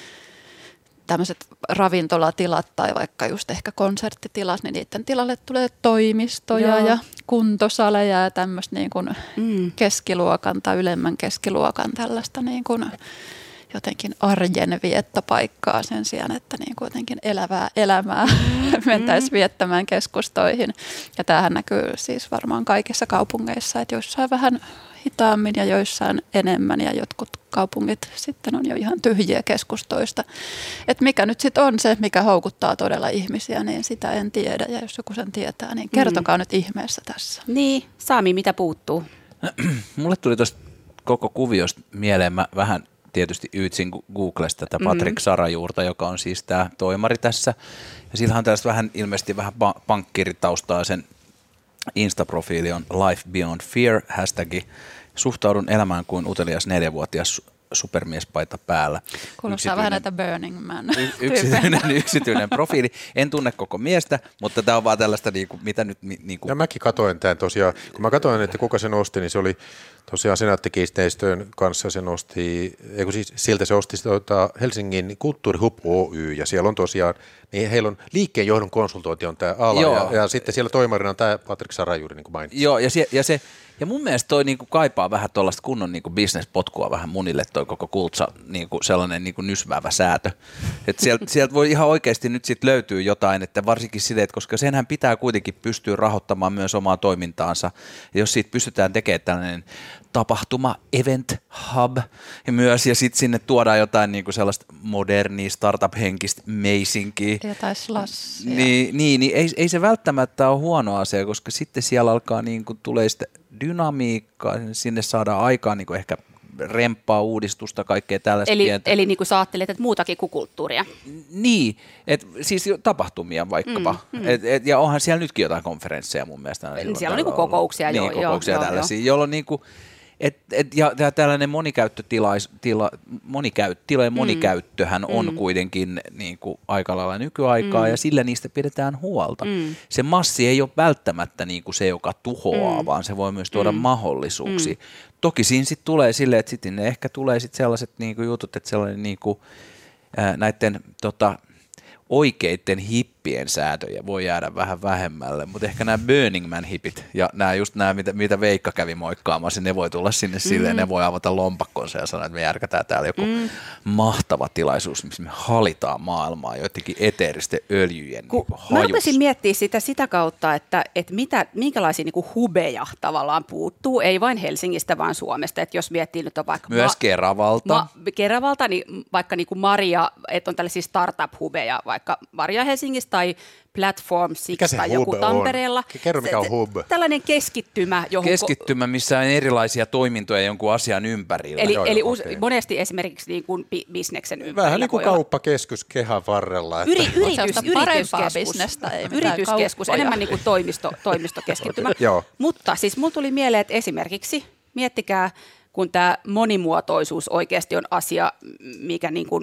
tämmöiset ravintolatilat tai vaikka just ehkä konserttitilat, niin niiden tilalle tulee toimistoja Joo. ja kuntosaleja ja tämmöistä niin kuin mm. keskiluokan tai ylemmän keskiluokan tällaista niin kuin jotenkin arjen viettopaikkaa sen sijaan, että niin kuin jotenkin elävää elämää mm. mentäisiin viettämään keskustoihin. Ja tämähän näkyy siis varmaan kaikissa kaupungeissa, että joissain vähän hitaammin ja joissain enemmän ja jotkut kaupungit sitten on jo ihan tyhjiä keskustoista. Että mikä nyt sitten on se, mikä houkuttaa todella ihmisiä, niin sitä en tiedä. Ja jos joku sen tietää, niin kertokaa mm. nyt ihmeessä tässä. Niin, Sami, mitä puuttuu? Mulle tuli tuosta koko kuviosta mieleen, mä vähän tietysti yytsin Googlesta tätä Patrick mm-hmm. Sarajuurta, joka on siis tämä toimari tässä. Ja sillä on tällaista vähän ilmeisesti vähän pankkiritaustaa, sen Insta-profiili on Life Beyond Fear, hashtagi suhtaudun elämään kuin utelias neljävuotias supermiespaita päällä. Kuulostaa vähän näitä Burning Man. Y- yksityinen, yksityinen profiili. En tunne koko miestä, mutta tämä on vaan tällaista, niinku, mitä nyt... Niinku... Ja mäkin katoin tämän tosiaan. Kun mä katoin, että kuka se nosti, niin se oli tosiaan Senaatti-kiinteistöjen kanssa. Se nosti, ei kun siis siltä se osti tota Helsingin Kulttuurihub Oy, ja siellä on tosiaan, niin heillä on liikkeenjohdon konsultointi on tämä ala, ja, ja sitten siellä toimarina on tämä Patrick Sarajuuri, niin kuin mainitsin. Joo, ja se... Ja se Ja mun mielestä toi niinku kaipaa vähän tuollaista kunnon niinku bisnespotkua vähän munille toi koko kultsa niinku sellainen niinku nysväävä säätö. Että sieltä, sieltä voi ihan oikeasti nyt sit löytyy jotain, että varsinkin sille, että koska senhän pitää kuitenkin pystyä rahoittamaan myös omaa toimintaansa. Ja jos siitä pystytään tekemään tällainen tapahtuma, event hub ja myös, ja sitten sinne tuodaan jotain niinku sellaista modernia, startup-henkistä meisinkiä. Jotain slassia. Niin, niin, niin ei, ei se välttämättä ole huono asia, koska sitten siellä alkaa niinku tulee sitä dynamiikkaa, sinne saadaan aikaan niin kuin ehkä remppaa, uudistusta, kaikkea tällaista Eli, pientä. eli niin kuin sä ajattelet, että muutakin kuin kulttuuria. Niin, et, siis tapahtumia vaikkapa. Mm, mm. Et, et, ja onhan siellä nytkin jotain konferensseja mun mielestä. Eli siellä on niin kuin kokouksia. Niin, joo, kokouksia joo, tällaisia, joo. jolloin niin kuin, et, et, ja, ja tällainen monikäyttötila, tila, monikäyt, tilojen mm. monikäyttöhän on mm. kuitenkin niin kuin aika lailla nykyaikaa, mm. ja sillä niistä pidetään huolta. Mm. Se massi ei ole välttämättä niin kuin se, joka tuhoaa, mm. vaan se voi myös tuoda mm. mahdollisuuksia. Mm. Toki siinä sitten tulee silleen, että sitten ne ehkä tulee sitten sellaiset niin kuin jutut, että sellainen niin kuin, ää, näiden tota, oikeiden hippien säätöjä voi jäädä vähän vähemmälle, mutta ehkä nämä Burning Man hippit ja nämä just nämä, mitä, mitä Veikka kävi moikkaamassa, ne voi tulla sinne mm-hmm. silleen, ne voi avata lompakkonsa ja sanoa, että me järkätään täällä joku mm. mahtava tilaisuus, missä me halitaan maailmaa jotenkin eteeristen öljyjen Ku, niin Mä rupesin miettimään sitä sitä kautta, että, että mitä, minkälaisia niin kuin hubeja tavallaan puuttuu, ei vain Helsingistä, vaan Suomesta, että jos miettii nyt on vaikka... Myös ma- Keravalta. Ma- Keravalta, niin vaikka niin kuin Maria, että on tällaisia startup-hubeja, vaikka Maria Helsingistä tai Platform Six tai joku Tampereella. On? Kerro, mikä on hub. Tällainen keskittymä. Johon Keskittymä, missä on erilaisia toimintoja jonkun asian ympärillä. Eli, joo, eli joo, us, okay. monesti esimerkiksi niin kuin bi- bisneksen ympärillä. Vähän niin kuin kauppakeskus kehän varrella. Että... Yri, yritys, yrityskeskus. bisnestä, ei yrityskeskus, enemmän niin kuin toimisto, toimistokeskittymä. Mutta siis mulla tuli mieleen, että esimerkiksi miettikää, kun tämä monimuotoisuus oikeasti on asia, mikä niin kuin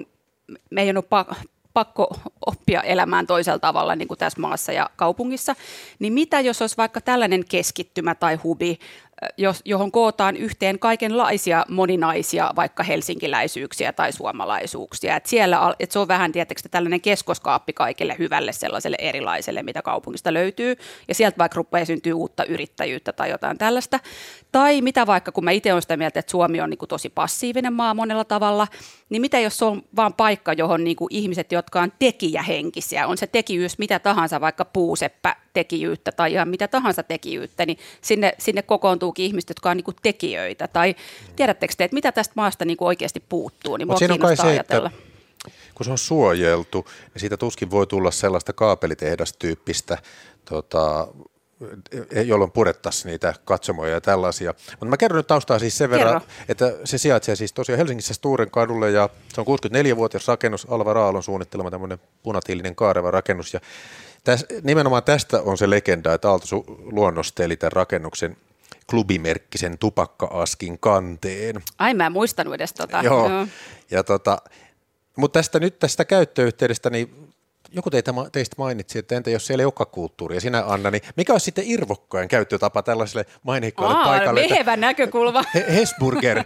meidän on pa- pakko oppia elämään toisella tavalla niin kuin tässä maassa ja kaupungissa, niin mitä jos olisi vaikka tällainen keskittymä tai hubi, johon kootaan yhteen kaikenlaisia moninaisia vaikka helsinkiläisyyksiä tai suomalaisuuksia. Että siellä, että se on vähän tietysti tällainen keskoskaappi kaikille hyvälle sellaiselle erilaiselle, mitä kaupungista löytyy, ja sieltä vaikka rupeaa syntyä uutta yrittäjyyttä tai jotain tällaista. Tai mitä vaikka, kun mä itse olen sitä mieltä, että Suomi on niin kuin tosi passiivinen maa monella tavalla, niin mitä jos se on vaan paikka, johon niin kuin ihmiset, jotka on tekijähenkisiä, on se tekijyys mitä tahansa, vaikka puuseppä tekijyyttä tai ihan mitä tahansa tekijyyttä, niin sinne, sinne kokoontuukin ihmiset, jotka on niin kuin tekijöitä. Tai tiedättekö te, että mitä tästä maasta niin kuin oikeasti puuttuu, niin mua kiinnostaa se, ajatella. Kun se on suojeltu, niin siitä tuskin voi tulla sellaista kaapelitehdastyyppistä, tota, jolloin purettaisiin niitä katsomoja ja tällaisia. Mutta mä kerron nyt taustaa siis sen Kerro. verran, että se sijaitsee siis tosiaan Helsingissä Sturen kadulle ja se on kuusikymmentäneljävuotias rakennus, Alvar Aallon suunnittelema tämmöinen punatiilinen kaareva rakennus ja täs, nimenomaan tästä on se legenda, että Aalto luonnosteli tämän rakennuksen klubimerkkisen tupakka-askin kanteen. Ai mä en muistanut edes tota. Joo, Joo. Ja tota, mutta tästä nyt tästä käyttöyhteydestä, niin joku teitä, teistä mainitsi, että entä jos siellä ei olekaan kulttuuria, ja sinä Anna, niin mikä olisi sitten irvokkojen käyttötapa tällaiselle maineikkoille Aa, paikalle? Mehevä näkökulma. He, Hesburger.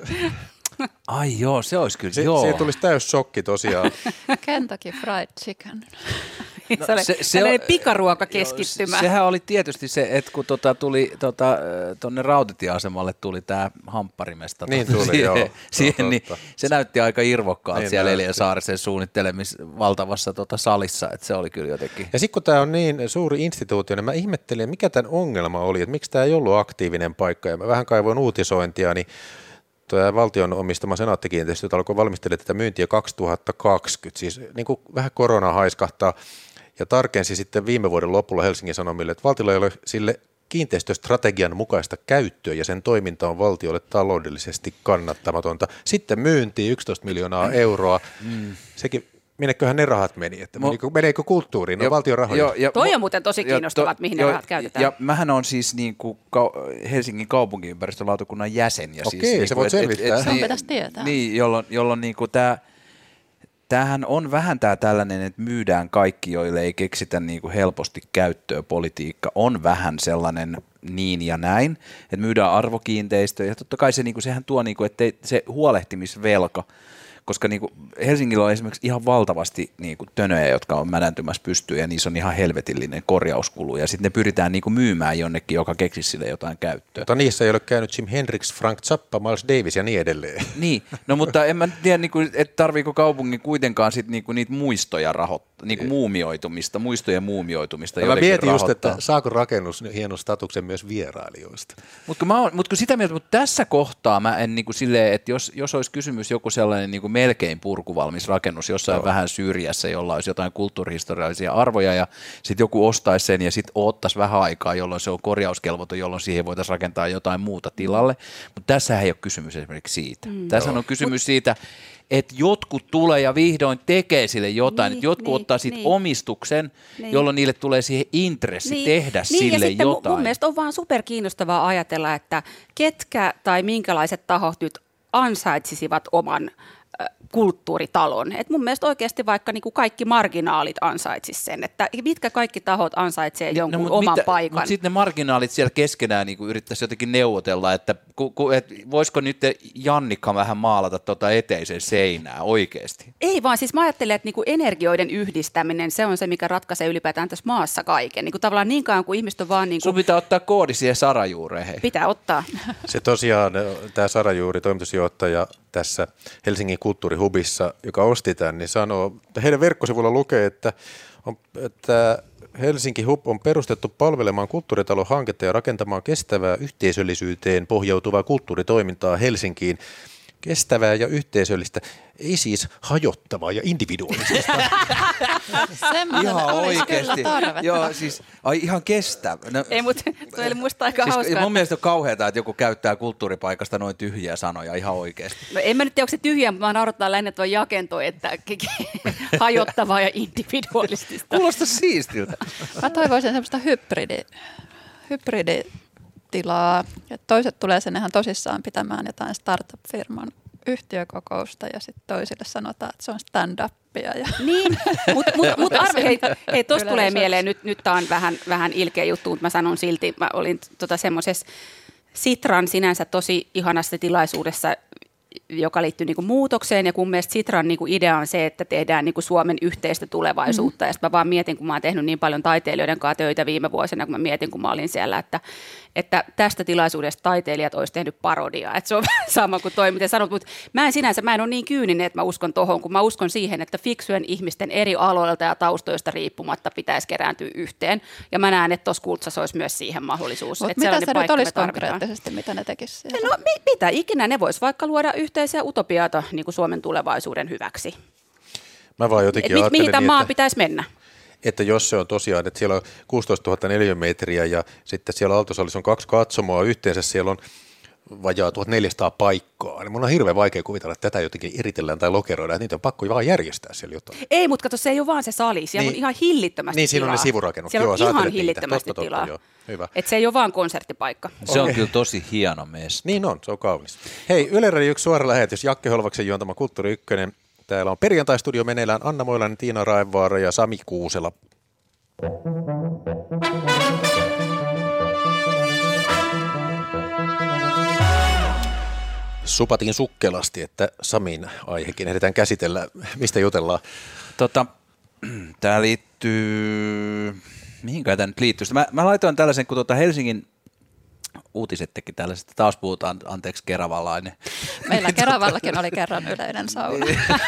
Ai joo, se olisi kyllä, se, joo. Siihen tulisi täys shokki tosiaan. Kentucky Fried Chicken. No, se oli se, se on, pikaruokakeskittymä. Sehän oli tietysti se, että kun tota tuli tota, tuonne rautatieasemalle tuli tämä hampparimesta niin tuli, siihen, joo, siihen niin se näytti aika irvokkaalta niin siellä Eliasaarisen suunnittelemis valtavassa tota salissa, että se oli kyllä jotenkin. Ja sitten kun tämä on niin suuri instituutio, niin mä ihmettelin, mikä tämän ongelma oli, että miksi tämä ei ollut aktiivinen paikka, ja mä vähän kaivoin uutisointia, niin tuo valtion omistama Senaatti-kiinteistöt alkoi valmistella tätä myyntiä kaksituhattakaksikymmentä, siis niin kuin vähän korona haiskahtaa, ja tarkensi sitten viime vuoden lopulla Helsingin Sanomille, että valtiolla ei ole sille kiinteistöstrategian mukaista käyttöä ja sen toiminta on valtiolle taloudellisesti kannattamatonta. Sitten myyntiin yksitoista miljoonaa euroa. Mm. Sekin, minneköhän ne rahat meni, että menikö, meneekö kulttuuriin, no valtion rahoja? Jo, ja, Toi on muuten tosi kiinnostavat, mihin jo, ne rahat käytetään. Ja mähän on siis niin kuin Helsingin kaupunginympäristölautakunnan jäsen. Ja Okei, siis, se niin voit selvittää. Se on pitäisi tietää. Niin, jolloin, jolloin niin kuin tämä... Tämähän on vähän tämä tällainen, että myydään kaikki, joille ei keksitä niin kuin helposti käyttöä politiikka. On vähän sellainen niin ja näin, että myydään arvokiinteistöjä. Ja totta kai se, niin kuin, sehän tuo, niin kuin, että se huolehtimisvelka, koska niin kuin Helsingillä on esimerkiksi ihan valtavasti niin kuin tönöjä, jotka on mädäntymässä pystyyn ja niissä on ihan helvetillinen korjauskulu. Ja sitten ne pyritään niin kuin myymään jonnekin, joka keksisi sille jotain käyttöä. Mutta niissä ei ole käynyt Jim Hendrix, Frank Zappa, Miles Davis ja niin edelleen. Niin, no mutta en mä tiedä, niin kuin, että tarviiko kaupungin kuitenkaan sit, niin kuin, niitä muistoja rahoittaa, niin kuin muumioitumista, muistojen muumioitumista mä jotenkin mietin rahoittaa. just, että saako rakennus hienon statuksen myös vierailijoista. Mutta mut kun sitä mieltä, mutta tässä kohtaa mä en niin kuin silleen, että jos, jos olisi kysymys joku sellainen niin kuin melkein purkuvalmis rakennus jossain no. vähän syrjässä, jolla olisi jotain kulttuurihistoriallisia arvoja ja sitten joku ostaisi sen ja sitten ottaisi vähän aikaa, jolloin se on korjauskelvoton, jolloin siihen voitaisiin rakentaa jotain muuta tilalle. Mutta tässä ei ole kysymys esimerkiksi siitä. Mm. Tässä on kysymys Mut, siitä, että jotkut tulee ja vihdoin tekee sille jotain, niin, että jotkut niin, ottaa sitten niin. omistuksen, niin. jolloin niille tulee siihen intressi niin. tehdä niin, sille ja jotain. Mun mielestä on vaan superkiinnostavaa ajatella, että ketkä tai minkälaiset tahot nyt ansaitsisivat oman kulttuuritalon. Et mun mielestä oikeasti vaikka niin kuin kaikki marginaalit ansaitsisivat sen, että mitkä kaikki tahot ansaitsee jonkun no, oman mitä, paikan. Mutta sitten ne marginaalit siellä keskenään niin yrittäisi jotenkin neuvotella, että ku, ku, et voisiko nyt Jannikka vähän maalata tuota eteisen seinää oikeasti? Ei vaan, siis mä ajattelen, että niin kuin energioiden yhdistäminen, se on se, mikä ratkaisee ylipäätään tässä maassa kaiken. Niin kuin tavallaan niin kauan kuin ihmiset on vaan... Niin kuin... Sun pitää ottaa koodi siihen Sarajuureen, hei. Pitää ottaa. Se tosiaan, tämä Sarajuuri, toimitusjohtaja tässä Helsingin kulttuurihubissa, joka osti tämän, niin sanoo, että heidän verkkosivuilla lukee, että, on, että Helsinki Hub on perustettu palvelemaan kulttuuritalon hanketta ja rakentamaan kestävää yhteisöllisyyteen pohjautuvaa kulttuuritoimintaa Helsinkiin. Kestävää ja yhteisöllistä, ei siis hajottavaa ja individuaalista. Semmoinen olisi kyllä tarvetta. Joo, siis ai ihan kestävä. No, ei, mutta toi oli musta aika siis hauskaa. Mun mielestä on kauheata, että joku käyttää kulttuuripaikasta noin tyhjiä sanoja ihan oikeasti. No en mä nyt tiedä, onko se tyhjiä, mutta mä naurattaa lähinnä tuo jakento, että hajottavaa ja individualistista. Kuulostaa siistiltä. Mä toivoisin semmoista hybridi, hybridi tilaa. Ja toiset tulee sen ihan tosissaan pitämään jotain startup-firman yhtiökokousta ja sitten toisille sanotaan, että se on stand-upia. Ja Niin, mutta mut, mut arve, hei, hei tuossa tulee mieleen, nyt, nyt tämä on vähän, vähän ilkeä juttu, mutta mä sanon silti, mä olin tota semmoisessa Sitran sinänsä tosi ihanassa tilaisuudessa, joka liittyy niinku muutokseen, ja kun mielestäni Sitran niinku idea on se, että tehdään niinku Suomen yhteistä tulevaisuutta, mm. ja sitten mä vaan mietin, kun mä oon tehnyt niin paljon taiteilijoiden kanssa töitä viime vuosina, kun mä mietin, kun mä olin siellä, että, että tästä tilaisuudesta taiteilijat olisi tehnyt parodiaa, että se on sama kuin toi, miten sanot, mutta mä en sinänsä, mä en ole niin kyyninen, että mä uskon tohon, kun mä uskon siihen, että fiksujen ihmisten eri aloilta ja taustoista riippumatta pitäisi kerääntyä yhteen, ja mä näen, että tuossa Kultsassa olisi myös siihen mahdollisuus. Mutta mitä se nyt olisi konkreettisesti, mitä ne tekisivät? No mi- mitä ikinä, ne vois vaikka luoda yhteisiä utopioita niin kuin Suomen tulevaisuuden hyväksi. Mä vaan jotenkin Et mihin tämän niin, maan että, pitäisi mennä? Että jos se on tosiaan, että siellä on kuusitoistatuhatta neliömetriä ja sitten siellä Aaltosalissa on kaksi katsomoa, yhteensä siellä on vajaa tuhatneljäsataa paikkaa, niin mun on hirveän vaikea kuvitella, että tätä jotenkin eritellään tai lokeroidaan, että niitä on pakko vaan järjestää siellä jotain. Ei, mutta kato, se ei ole vaan se sali, siellä niin, on ihan hillittömästi niin, tilaa. Niin, siinä on ne sivurakennukset. Siellä joo, on ihan hillittömästi totta, tilaa. Totta, hyvä. Et se ei ole vaan konserttipaikka. Se on okay. Kyllä tosi hieno mesta. Niin on, se on kaunis. Hei, Yle Radio yksi suora lähetys, Jakke Holvaksen juontama Kulttuuri Ykkönen. Täällä on perjantai-studio meneillään Anna Moilanen, Tiina Raevaara ja Sami Kuusela. Supatin sukkelasti, että Samin aihekin ehditään käsitellä. Mistä jutellaan? Tota, tämä liittyy, mihinkä tämä nyt liittyy? Mä, mä laitoin tällaisen, kun tuota Helsingin uutiset teki tällaiset, taas puhutaan, anteeksi, keravalainen. Meillä Keravallakin oli kerran yleinen sauna.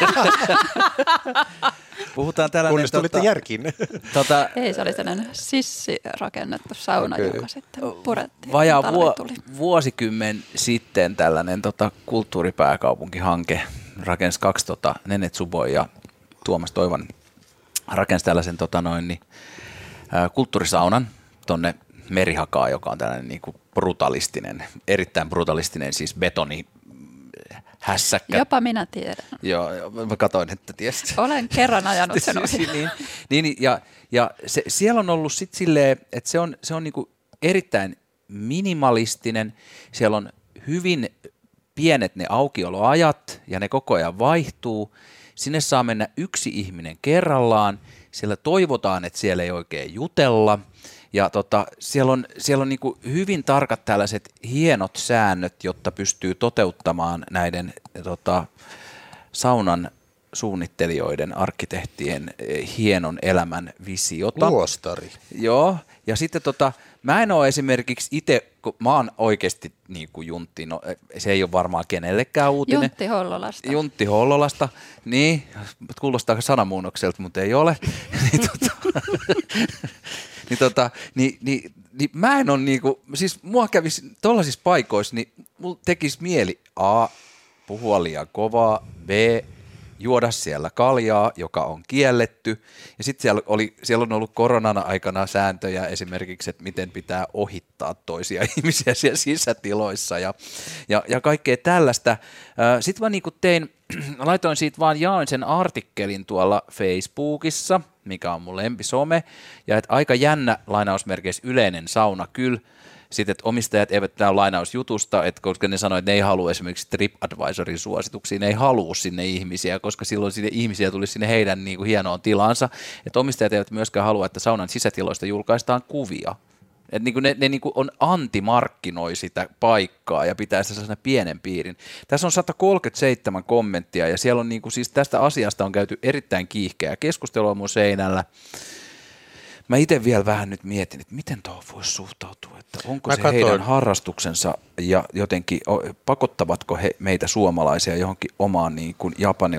Puhutaan tällainen. Kunnes tulitte tota, järkiin. Tota, Ei, se oli sellainen sissi rakennettu sauna, okay. Joka sitten purettiin. Vajaa vuo, vuosikymmen sitten tällainen tota, kulttuuripääkaupunkihanke rakensi kaksi tota, Nene Tsuboi ja Tuomas Toivonen rakensi tällaisen tota, noin, niin, ä, kulttuurisaunan tonne Merihakaa, joka on tällainen niin kuin brutalistinen, erittäin brutalistinen, siis betoni hässäkkä. Jopa minä tiedän. Joo, mä katsoin, että tiesit. Olen kerran ajanut sen ohi. niin, niin, ja ja se, siellä on ollut sitten silleen, että se on, se on niinku erittäin minimalistinen, siellä on hyvin pienet ne aukioloajat ja ne koko ajan vaihtuu. Sinne saa mennä yksi ihminen kerrallaan, siellä toivotaan, että siellä ei oikein jutella. Ja tota, siellä on, siellä on niinku hyvin tarkat tällaiset hienot säännöt, jotta pystyy toteuttamaan näiden tota, saunan suunnittelijoiden, arkkitehtien hienon elämän visiota. Luostari. Joo, ja sitten tota, mä en ole esimerkiksi itse, kun mä oon oikeasti niin kuin Juntti, no se ei ole varmaan kenellekään uutinen. Juntti Hollolasta. Juntti Hollolasta, niin, kuulostaa sanamuunnokselta, mutta ei ole. niin, tota, niin, tota, niin, niin, niin mä en ole niinku, siis mua kävisi tollaisissa paikoissa, niin mulla tekisi mieli A, puhua liian kovaa, B, juoda siellä kaljaa, joka on kielletty. Ja sitten siellä, oli, siellä on ollut koronan aikana sääntöjä esimerkiksi, että miten pitää ohittaa toisia ihmisiä siellä sisätiloissa ja, ja, ja kaikkea tällaista. Sitten mä niinku tein, laitoin siitä vaan, jaoin sen artikkelin tuolla Facebookissa, mikä on mun lempisome, ja että aika jännä lainausmerkeissä yleinen sauna kyllä. Sitten, että omistajat eivät, tämä on lainaus jutusta, että koska ne sanoivat, että ne ei halua esimerkiksi TripAdvisorin suosituksiin, ne ei halua sinne ihmisiä, koska silloin sinne ihmisiä tulisi sinne heidän niin kuin hienoon tilansa. Että omistajat eivät myöskään halua, että saunan sisätiloista julkaistaan kuvia. Että niin kuin ne, ne niin kuin on antimarkkinoi sitä paikkaa ja pitää sitä sellaisen pienen piirin. Tässä on sata kolmekymmentäseitsemän kommenttia ja siellä on niin kuin, siis tästä asiasta on käyty erittäin kiihkeää keskustelua mun seinällä. Mä itse vielä vähän nyt mietin, että miten tuohon voisi suhtautua, että onko Mä se katsoin. heidän harrastuksensa ja jotenkin pakottavatko he meitä suomalaisia johonkin omaan niin kuin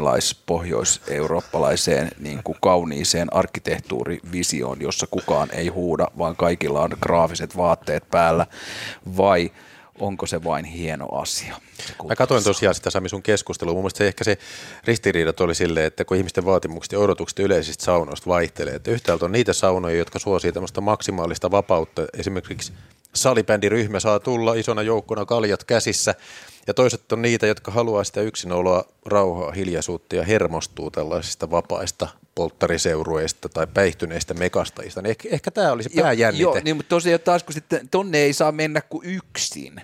japanilais-pohjois-eurooppalaiseen niin kuin kauniiseen arkkitehtuurivisioon, jossa kukaan ei huuda, vaan kaikilla on graafiset vaatteet päällä, vai onko se vain hieno asia? Mä katsoin tosiaan sitä Sami sun keskustelua. Mun mielestä se ehkä se ristiriidat oli silleen, että kun ihmisten vaatimukset ja odotukset yleisistä saunoista vaihtelee, että yhtäältä on niitä saunoja, jotka suosii tämmöistä maksimaalista vapautta. Esimerkiksi salibändiryhmä saa tulla isona joukkona kaljat käsissä ja toiset on niitä, jotka haluaa sitä yksinoloa, rauhaa, hiljaisuutta ja hermostuu tällaisista vapaista polttariseurueista tai päihtyneistä mekastajista. Niin ehkä, ehkä tämä oli se pääjännite. Joo, niin, mutta tosiaan taas kun sitten tonne ei saa mennä kuin yksin.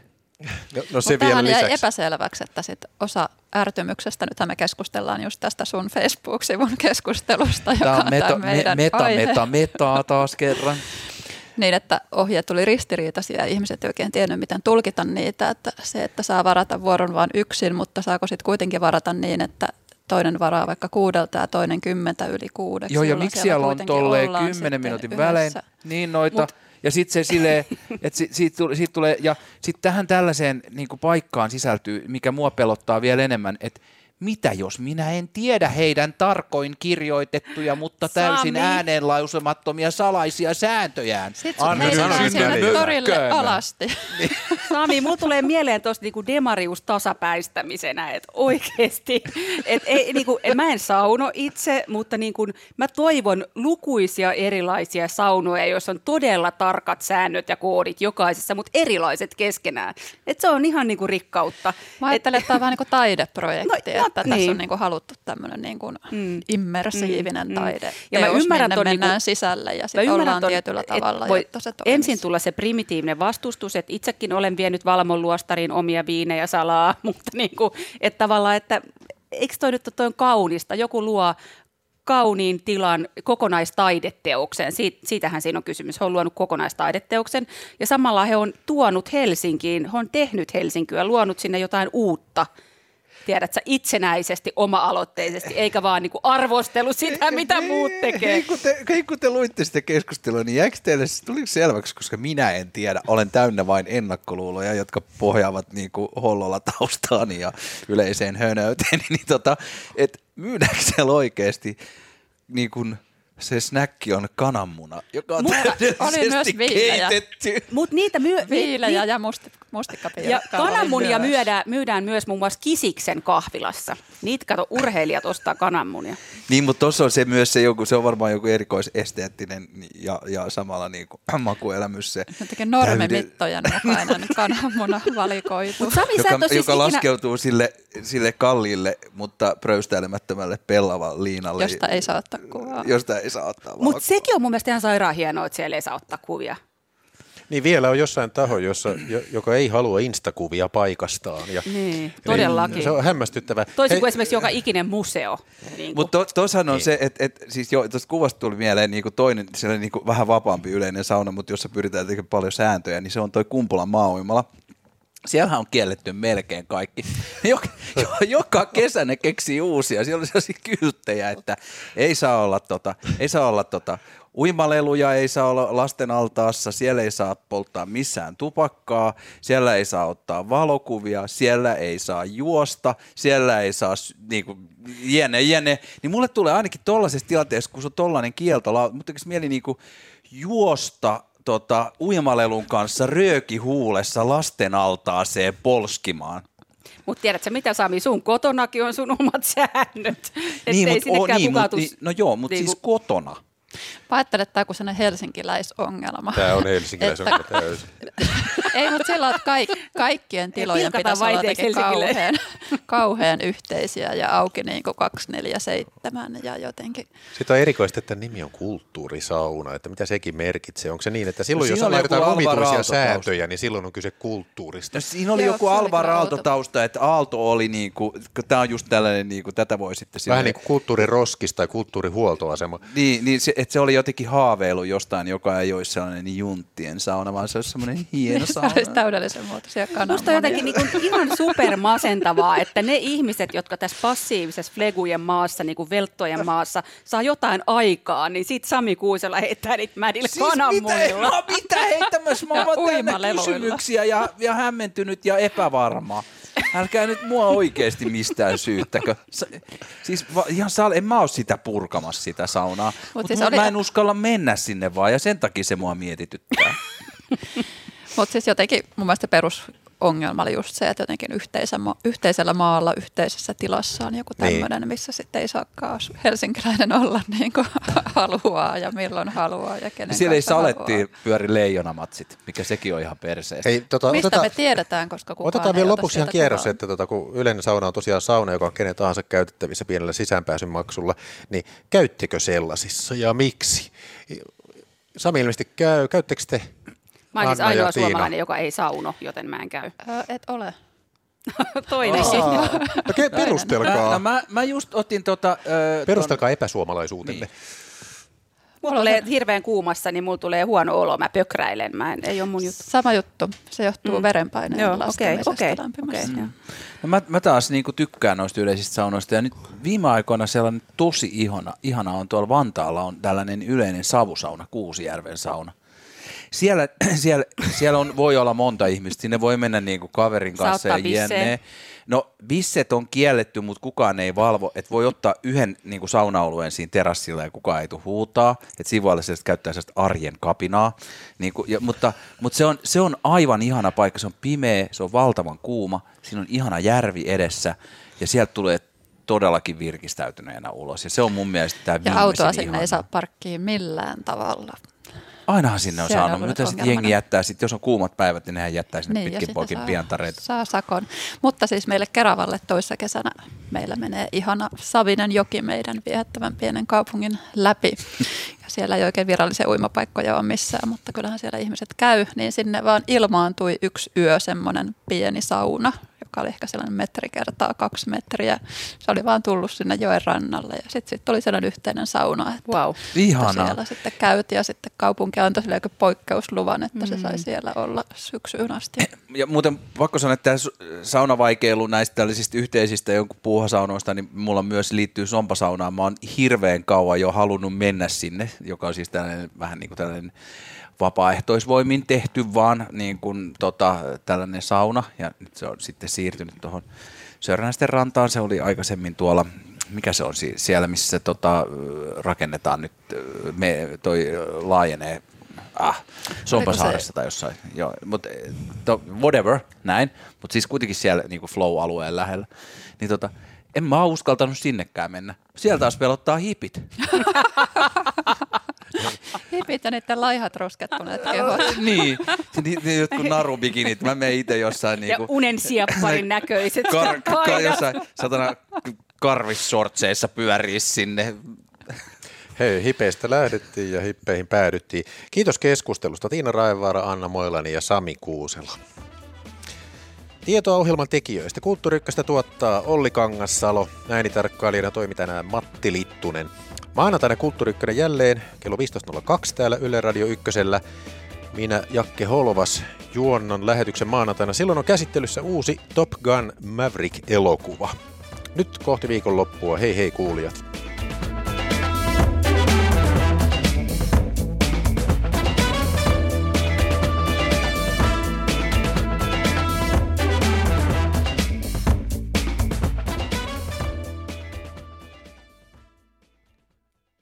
No, no se Mutta vielä tämähän jäi lisäksi. epäselväksi, että sit osa ärtymyksestä, nythän me keskustellaan just tästä sun Facebook-sivun keskustelusta, joka Tämä on on meta, tämä meidän me, meta, aihe. meta, metaa taas kerran. Niin, että ohjeet tuli ristiriitaisia ja ihmiset ei oikein tiennyt, miten tulkita niitä. Että se, että saa varata vuoron vain yksin, mutta saako sitten kuitenkin varata niin, että toinen varaa vaikka kuudelta ja toinen kymmentä yli kuudeksi. Joo, ja jolloin miksi siellä on kuitenkin tolleen ollaan kymmenen sitten minuutin yhdessä. välein, niin noita, Mut- ja sitten se silleen, että si, siitä, tulee, siitä tulee, ja sitten tähän tällaiseen niin kuin paikkaan sisältyy, mikä mua pelottaa vielä enemmän, että mitä jos minä en tiedä heidän tarkoin kirjoitettuja, mutta täysin Sami. ääneenlausemattomia salaisia sääntöjään. Sitten Anna sut sanoa heitetään nyt sinne välillä. torille Mökkäämään. alasti. Sami, mulla tulee mieleen tuosta niinku demarius tasapäistämisenä, että oikeasti, että ei, niinku, mä en sauno itse, mutta niinku, mä toivon lukuisia erilaisia saunoja, joissa on todella tarkat säännöt ja koodit jokaisessa, mutta erilaiset keskenään. Et se on ihan niinku rikkautta. Mä ajattelen, että tämä on vähän niin kuin taideprojekti, No, no, että niin. tässä on niin kuin haluttu tämmöinen niin kuin Mm. immersiivinen Mm, mm. taide. Ja mä Teos, ymmärrän minne ton mennään niinku- sisälle ja Mä sitten ymmärrän ollaan ton, tietyllä et tavalla, voi jotta se toimisi. ensin tulla se primitiivinen vastustus, että itsekin olen vienyt Valmon luostariin omia viinejä salaa, mutta niin kuin, että tavallaan, että eikö toi nyt ole toi on kaunista, joku luo kauniin tilan kokonaistaideteoksen, Siit, siitähän siinä on kysymys, he on luonut kokonaistaideteoksen ja samalla he on tuonut Helsinkiin, he on tehnyt Helsinkiä, luonut sinne jotain uutta, tiedätkö, itsenäisesti, oma-aloitteisesti, eikä vaan niin kuin arvostelu sitä, mitä muut tekee. Hei, kun te, hei, kun te luitte sitä keskustelua, niin jäikö teille, tuliko selväksi, koska minä en tiedä, olen täynnä vain ennakkoluuloja, jotka pohjaavat niin kuin Hollola-taustaani ja yleiseen hönöyteen, niin tota, että myydäänkö siellä oikeasti niin kuin se snäkki on kananmuna, joka on Mutta oli myös täydellisesti viinejä. keitetty. Mutta niitä myy... Viilejä ja musti, mustikkapiirakkaa Ja oli kananmunia myös. myydään, myydään myös muun muassa Kisiksen kahvilassa. Niitä kato, urheilijat ostaa kananmunia. Niin, mutta tuossa on se myös se, joku, se on varmaan joku erikoisesteettinen ja, ja samalla niin kuin makuelämys se. Jotenkin normimittojen mukainen kananmuna valikoitu. Mut Sami, sä joka, et oo siis joka ikinä... laskeutuu sille, sille kalliille, mutta pröystäilemättömälle pellavan liinalle. Josta ei saa ottaa kuvaa. Josta ei saa ottaa Mutta valokuvaa. sekin on mun mielestä ihan sairaan hienoa, että siellä ei saa ottaa kuvia. Niin vielä on jossain taho, jossa, jo- joka ei halua instakuvia paikastaan. Ja, Niin, todellakin. Se on hämmästyttävä. Toisin kuin Hei, esimerkiksi joka ikinen museo. Niin Mutta tuossahan on Niin. se, että et, siis jo tuosta kuvasta tuli mieleen niinku toinen sellainen niinku vähän vapaampi yleinen sauna, mutta jossa pyritään tekemään paljon sääntöjä, niin se on toi Kumpulan maa-uimala. Siellähän on kielletty melkein kaikki. Joka, joka kesä ne keksii uusia. Siellä on sellaisia kylttejä, että ei saa olla, tota, ei saa olla tota, uimaleluja, ei saa olla lasten altaassa, siellä ei saa polttaa missään tupakkaa, siellä ei saa ottaa valokuvia, siellä ei saa juosta, siellä ei saa niinku, jene, jene. Niin mulle tulee ainakin tollaisessa tilanteessa, kun se on tollainen kielto, mutta tekisi mieli niinku juosta tota, uimalelun kanssa röökihuulessa lasten altaaseen polskimaan. Mutta tiedätkö mitä, Sami, sun kotonakin on sun omat säännöt. Että Niin, ei mut, sinnekään niin, kukaan mut, tuu- niin, no joo, mutta niinku- siis kotona. Mä ajattelen, että tämä on kuin sellainen helsinkiläisongelma. Tämä on helsinkiläisen Että- täysin. Ei, mutta sillä on kaik, kaikkien tilojen pilkataan pitäisi olla vaihteeksi jotenkin Helsingille. kauhean, kauhean yhteisiä ja auki niin kuin kaksikymmentäneljä seitsemän ja jotenkin. Sitten on erikoista, että nimi on kulttuurisauna, että mitä sekin merkitsee. Onko se niin, että silloin No jos siinä oli laitetaan joku Alvar omituisia Aalto-tausta. sääntöjä, niin silloin on kyse kulttuurista. No siinä oli Joo, joku se oli Alvar kyllä Aalto outo. tausta, että Aalto oli niinku, tämä on just tällainen, niinku, tätä voi sitten Vähän silleen- niin kuin kulttuuriroskis tai kulttuurihuoltoasema. Niin, niin se, että se oli jotenkin haaveilu jostain, joka ei olisi sellainen junttien sauna, vaan se olisi semmoinen hieno Se sauna. olisi täydellisen muotoisia kananmunia. Musta on jotenkin niin kuin ihan supermasentavaa, että ne ihmiset, jotka tässä passiivisessa flegujen maassa, niin kuin velttojen maassa, saa jotain aikaa, niin sit Sami Kuusela heittää niitä mädille Siis mitä, kananmunilla. no, mitä heittämässä? Mä Ja oon täynnä uimaleluilla. kysymyksiä ja, ja hämmentynyt ja epävarma. Älkää nyt mua oikeasti mistään syyttäkö. Sa, siis va, ihan sal, en mä oo sitä purkamassa sitä saunaa, mutta Mut mut siis mä, oli- mä en uskalla mennä sinne vaan ja sen takia se mua mietityttää. Mutta siis jotenkin mun mielestä perusongelma oli just se, että jotenkin yhteisä, yhteisellä maalla, yhteisessä tilassa on joku Niin. tämmöinen, missä sitten ei saakaan helsinkiläinen olla niin kuin haluaa ja milloin haluaa ja kenen Siellä ei kanssa haluaa. salettiin pyöri leijonamatsit, mikä sekin on ihan perseestä. Hei, tota, Mistä otetaan, me tiedetään, koska kukaan otetaan ei vielä ota lopuksi ihan sieltä kierros, kuvaa. että tota, kun yleinen sauna on tosiaan sauna, joka on kenen tahansa käytettävissä pienellä sisäänpääsyn maksulla, niin käyttekö sellaisissa ja miksi? Sami ilmeisesti käy, käyttekö te? Mä oon siis Anna ja ainoa Tiina. suomalainen, joka ei sauno, joten mä en käy. Öö, et ole. Toinen. Aa, okei, perustelkaa. No, mä, mä just otin tota... Ö, Perustelkaa epäsuomalaisuutenne. Niin. Mulla tulee hirveän kuumassa, niin mulla tulee huono olo. Mä pökräilen. Mä en, ei ole mun juttu. Sama juttu. Se johtuu Mm. verenpaineen Joo, okei, laskemisesta okei, lämpimässä. okei. No mä, mä taas niinku tykkään noista yleisistä saunoista ja nyt viime aikoina sellainen tosi ihana, ihana on tuolla Vantaalla on tällainen yleinen savusauna, Kuusijärven sauna. Siellä, siellä, siellä on, voi olla monta ihmistä, sinne voi mennä niinku kaverin kanssa ja jne. No bisset on kielletty, mutta kukaan ei valvo, että voi ottaa yhden niinku saunaolueen siinä terassilla ja kukaan ei tule huutaa, että sivuilla se käyttää sellaista arjen kapinaa, niinku, ja, mutta, mutta se, on, se on aivan ihana paikka, se on pimeä, se on valtavan kuuma, siinä on ihana järvi edessä ja sieltä tulee todellakin virkistäytyneenä ulos ja se on mun mielestä tämä Ja viimeisin autoa sinne ihana. ei saa parkkiin millään tavalla. Ainahan sinne on Se on saanut, ollut mutta sitten ongelmana. jengi jättää, sit, jos on kuumat päivät, niin nehän jättää sinne Niin, ja pitkin sitten poikin saa, pientareita. saa sakon. Mutta siis meille Keravalle toissa kesänä meillä menee ihana Savinen joki meidän viehättävän pienen kaupungin läpi. Ja siellä ei oikein virallisia uimapaikkoja ole missään, mutta kyllähän siellä ihmiset käy. Niin sinne vaan ilmaantui yksi yö semmoinen pieni sauna, joka oli ehkä sellainen metri kertaa kaksi metriä. Se oli vaan tullut sinne joen rannalle ja sitten sit oli sellainen yhteinen sauna, että Wow. Ihanaa. siellä sitten käytiin ja sitten kaupunki antoi sille poikkeusluvan, että se sai siellä olla syksyyn asti. Ja muuten pakko sanoa, että tämä saunavaikeilu näistä tällaisista yhteisistä jonkun puuhasaunoista, niin mulla myös liittyy sompasaunaan. Mä oon hirveän kauan jo halunnut mennä sinne, joka on siis tällainen, vähän niin kuin tällainen vapaaehtoisvoimin tehty vaan niin kuin, tota, tällainen sauna. Ja nyt se on sitten siirtynyt tuohon Sörnäisten rantaan. Se oli aikaisemmin tuolla, mikä se on siellä, missä se tota, rakennetaan nyt, me, toi laajenee. Ah, Sompasaaressa tai jossain, joo, mutta whatever, näin, mutta siis kuitenkin siellä niinku flow-alueen lähellä, niin tota, en mä ole uskaltanut sinnekään mennä. Siellä taas pelottaa hipit. Hipit ja niiden laihat ruskettuneet kehot. Niin, ni, ni, jotkut narubikinit, mä menen itse jossain Ja niinku unen siepparin näköiset kar, ka, paidat. jossain satana karvissortseissa pyörii sinne. Hei, hipeistä lähdettiin ja hippeihin päädyttiin. Kiitos keskustelusta Tiina Raevaara, Anna Moilani ja Sami Kuusela. Tietoa ohjelman tekijöistä. Kulttuuri Ykköstä tuottaa Olli Kangassalo. Äänitarkkailijana toimi tänään Matti Littunen. Maanantaina Kulttuuri Ykkönen jälleen kello viisitoista nolla kaksi täällä Yle Radio Ykkösellä. Minä, Jakke Holvas, juonnon lähetyksen maanantaina. Silloin on käsittelyssä uusi Top Gun Maverick-elokuva. Nyt kohti viikonloppua. Hei hei kuulijat.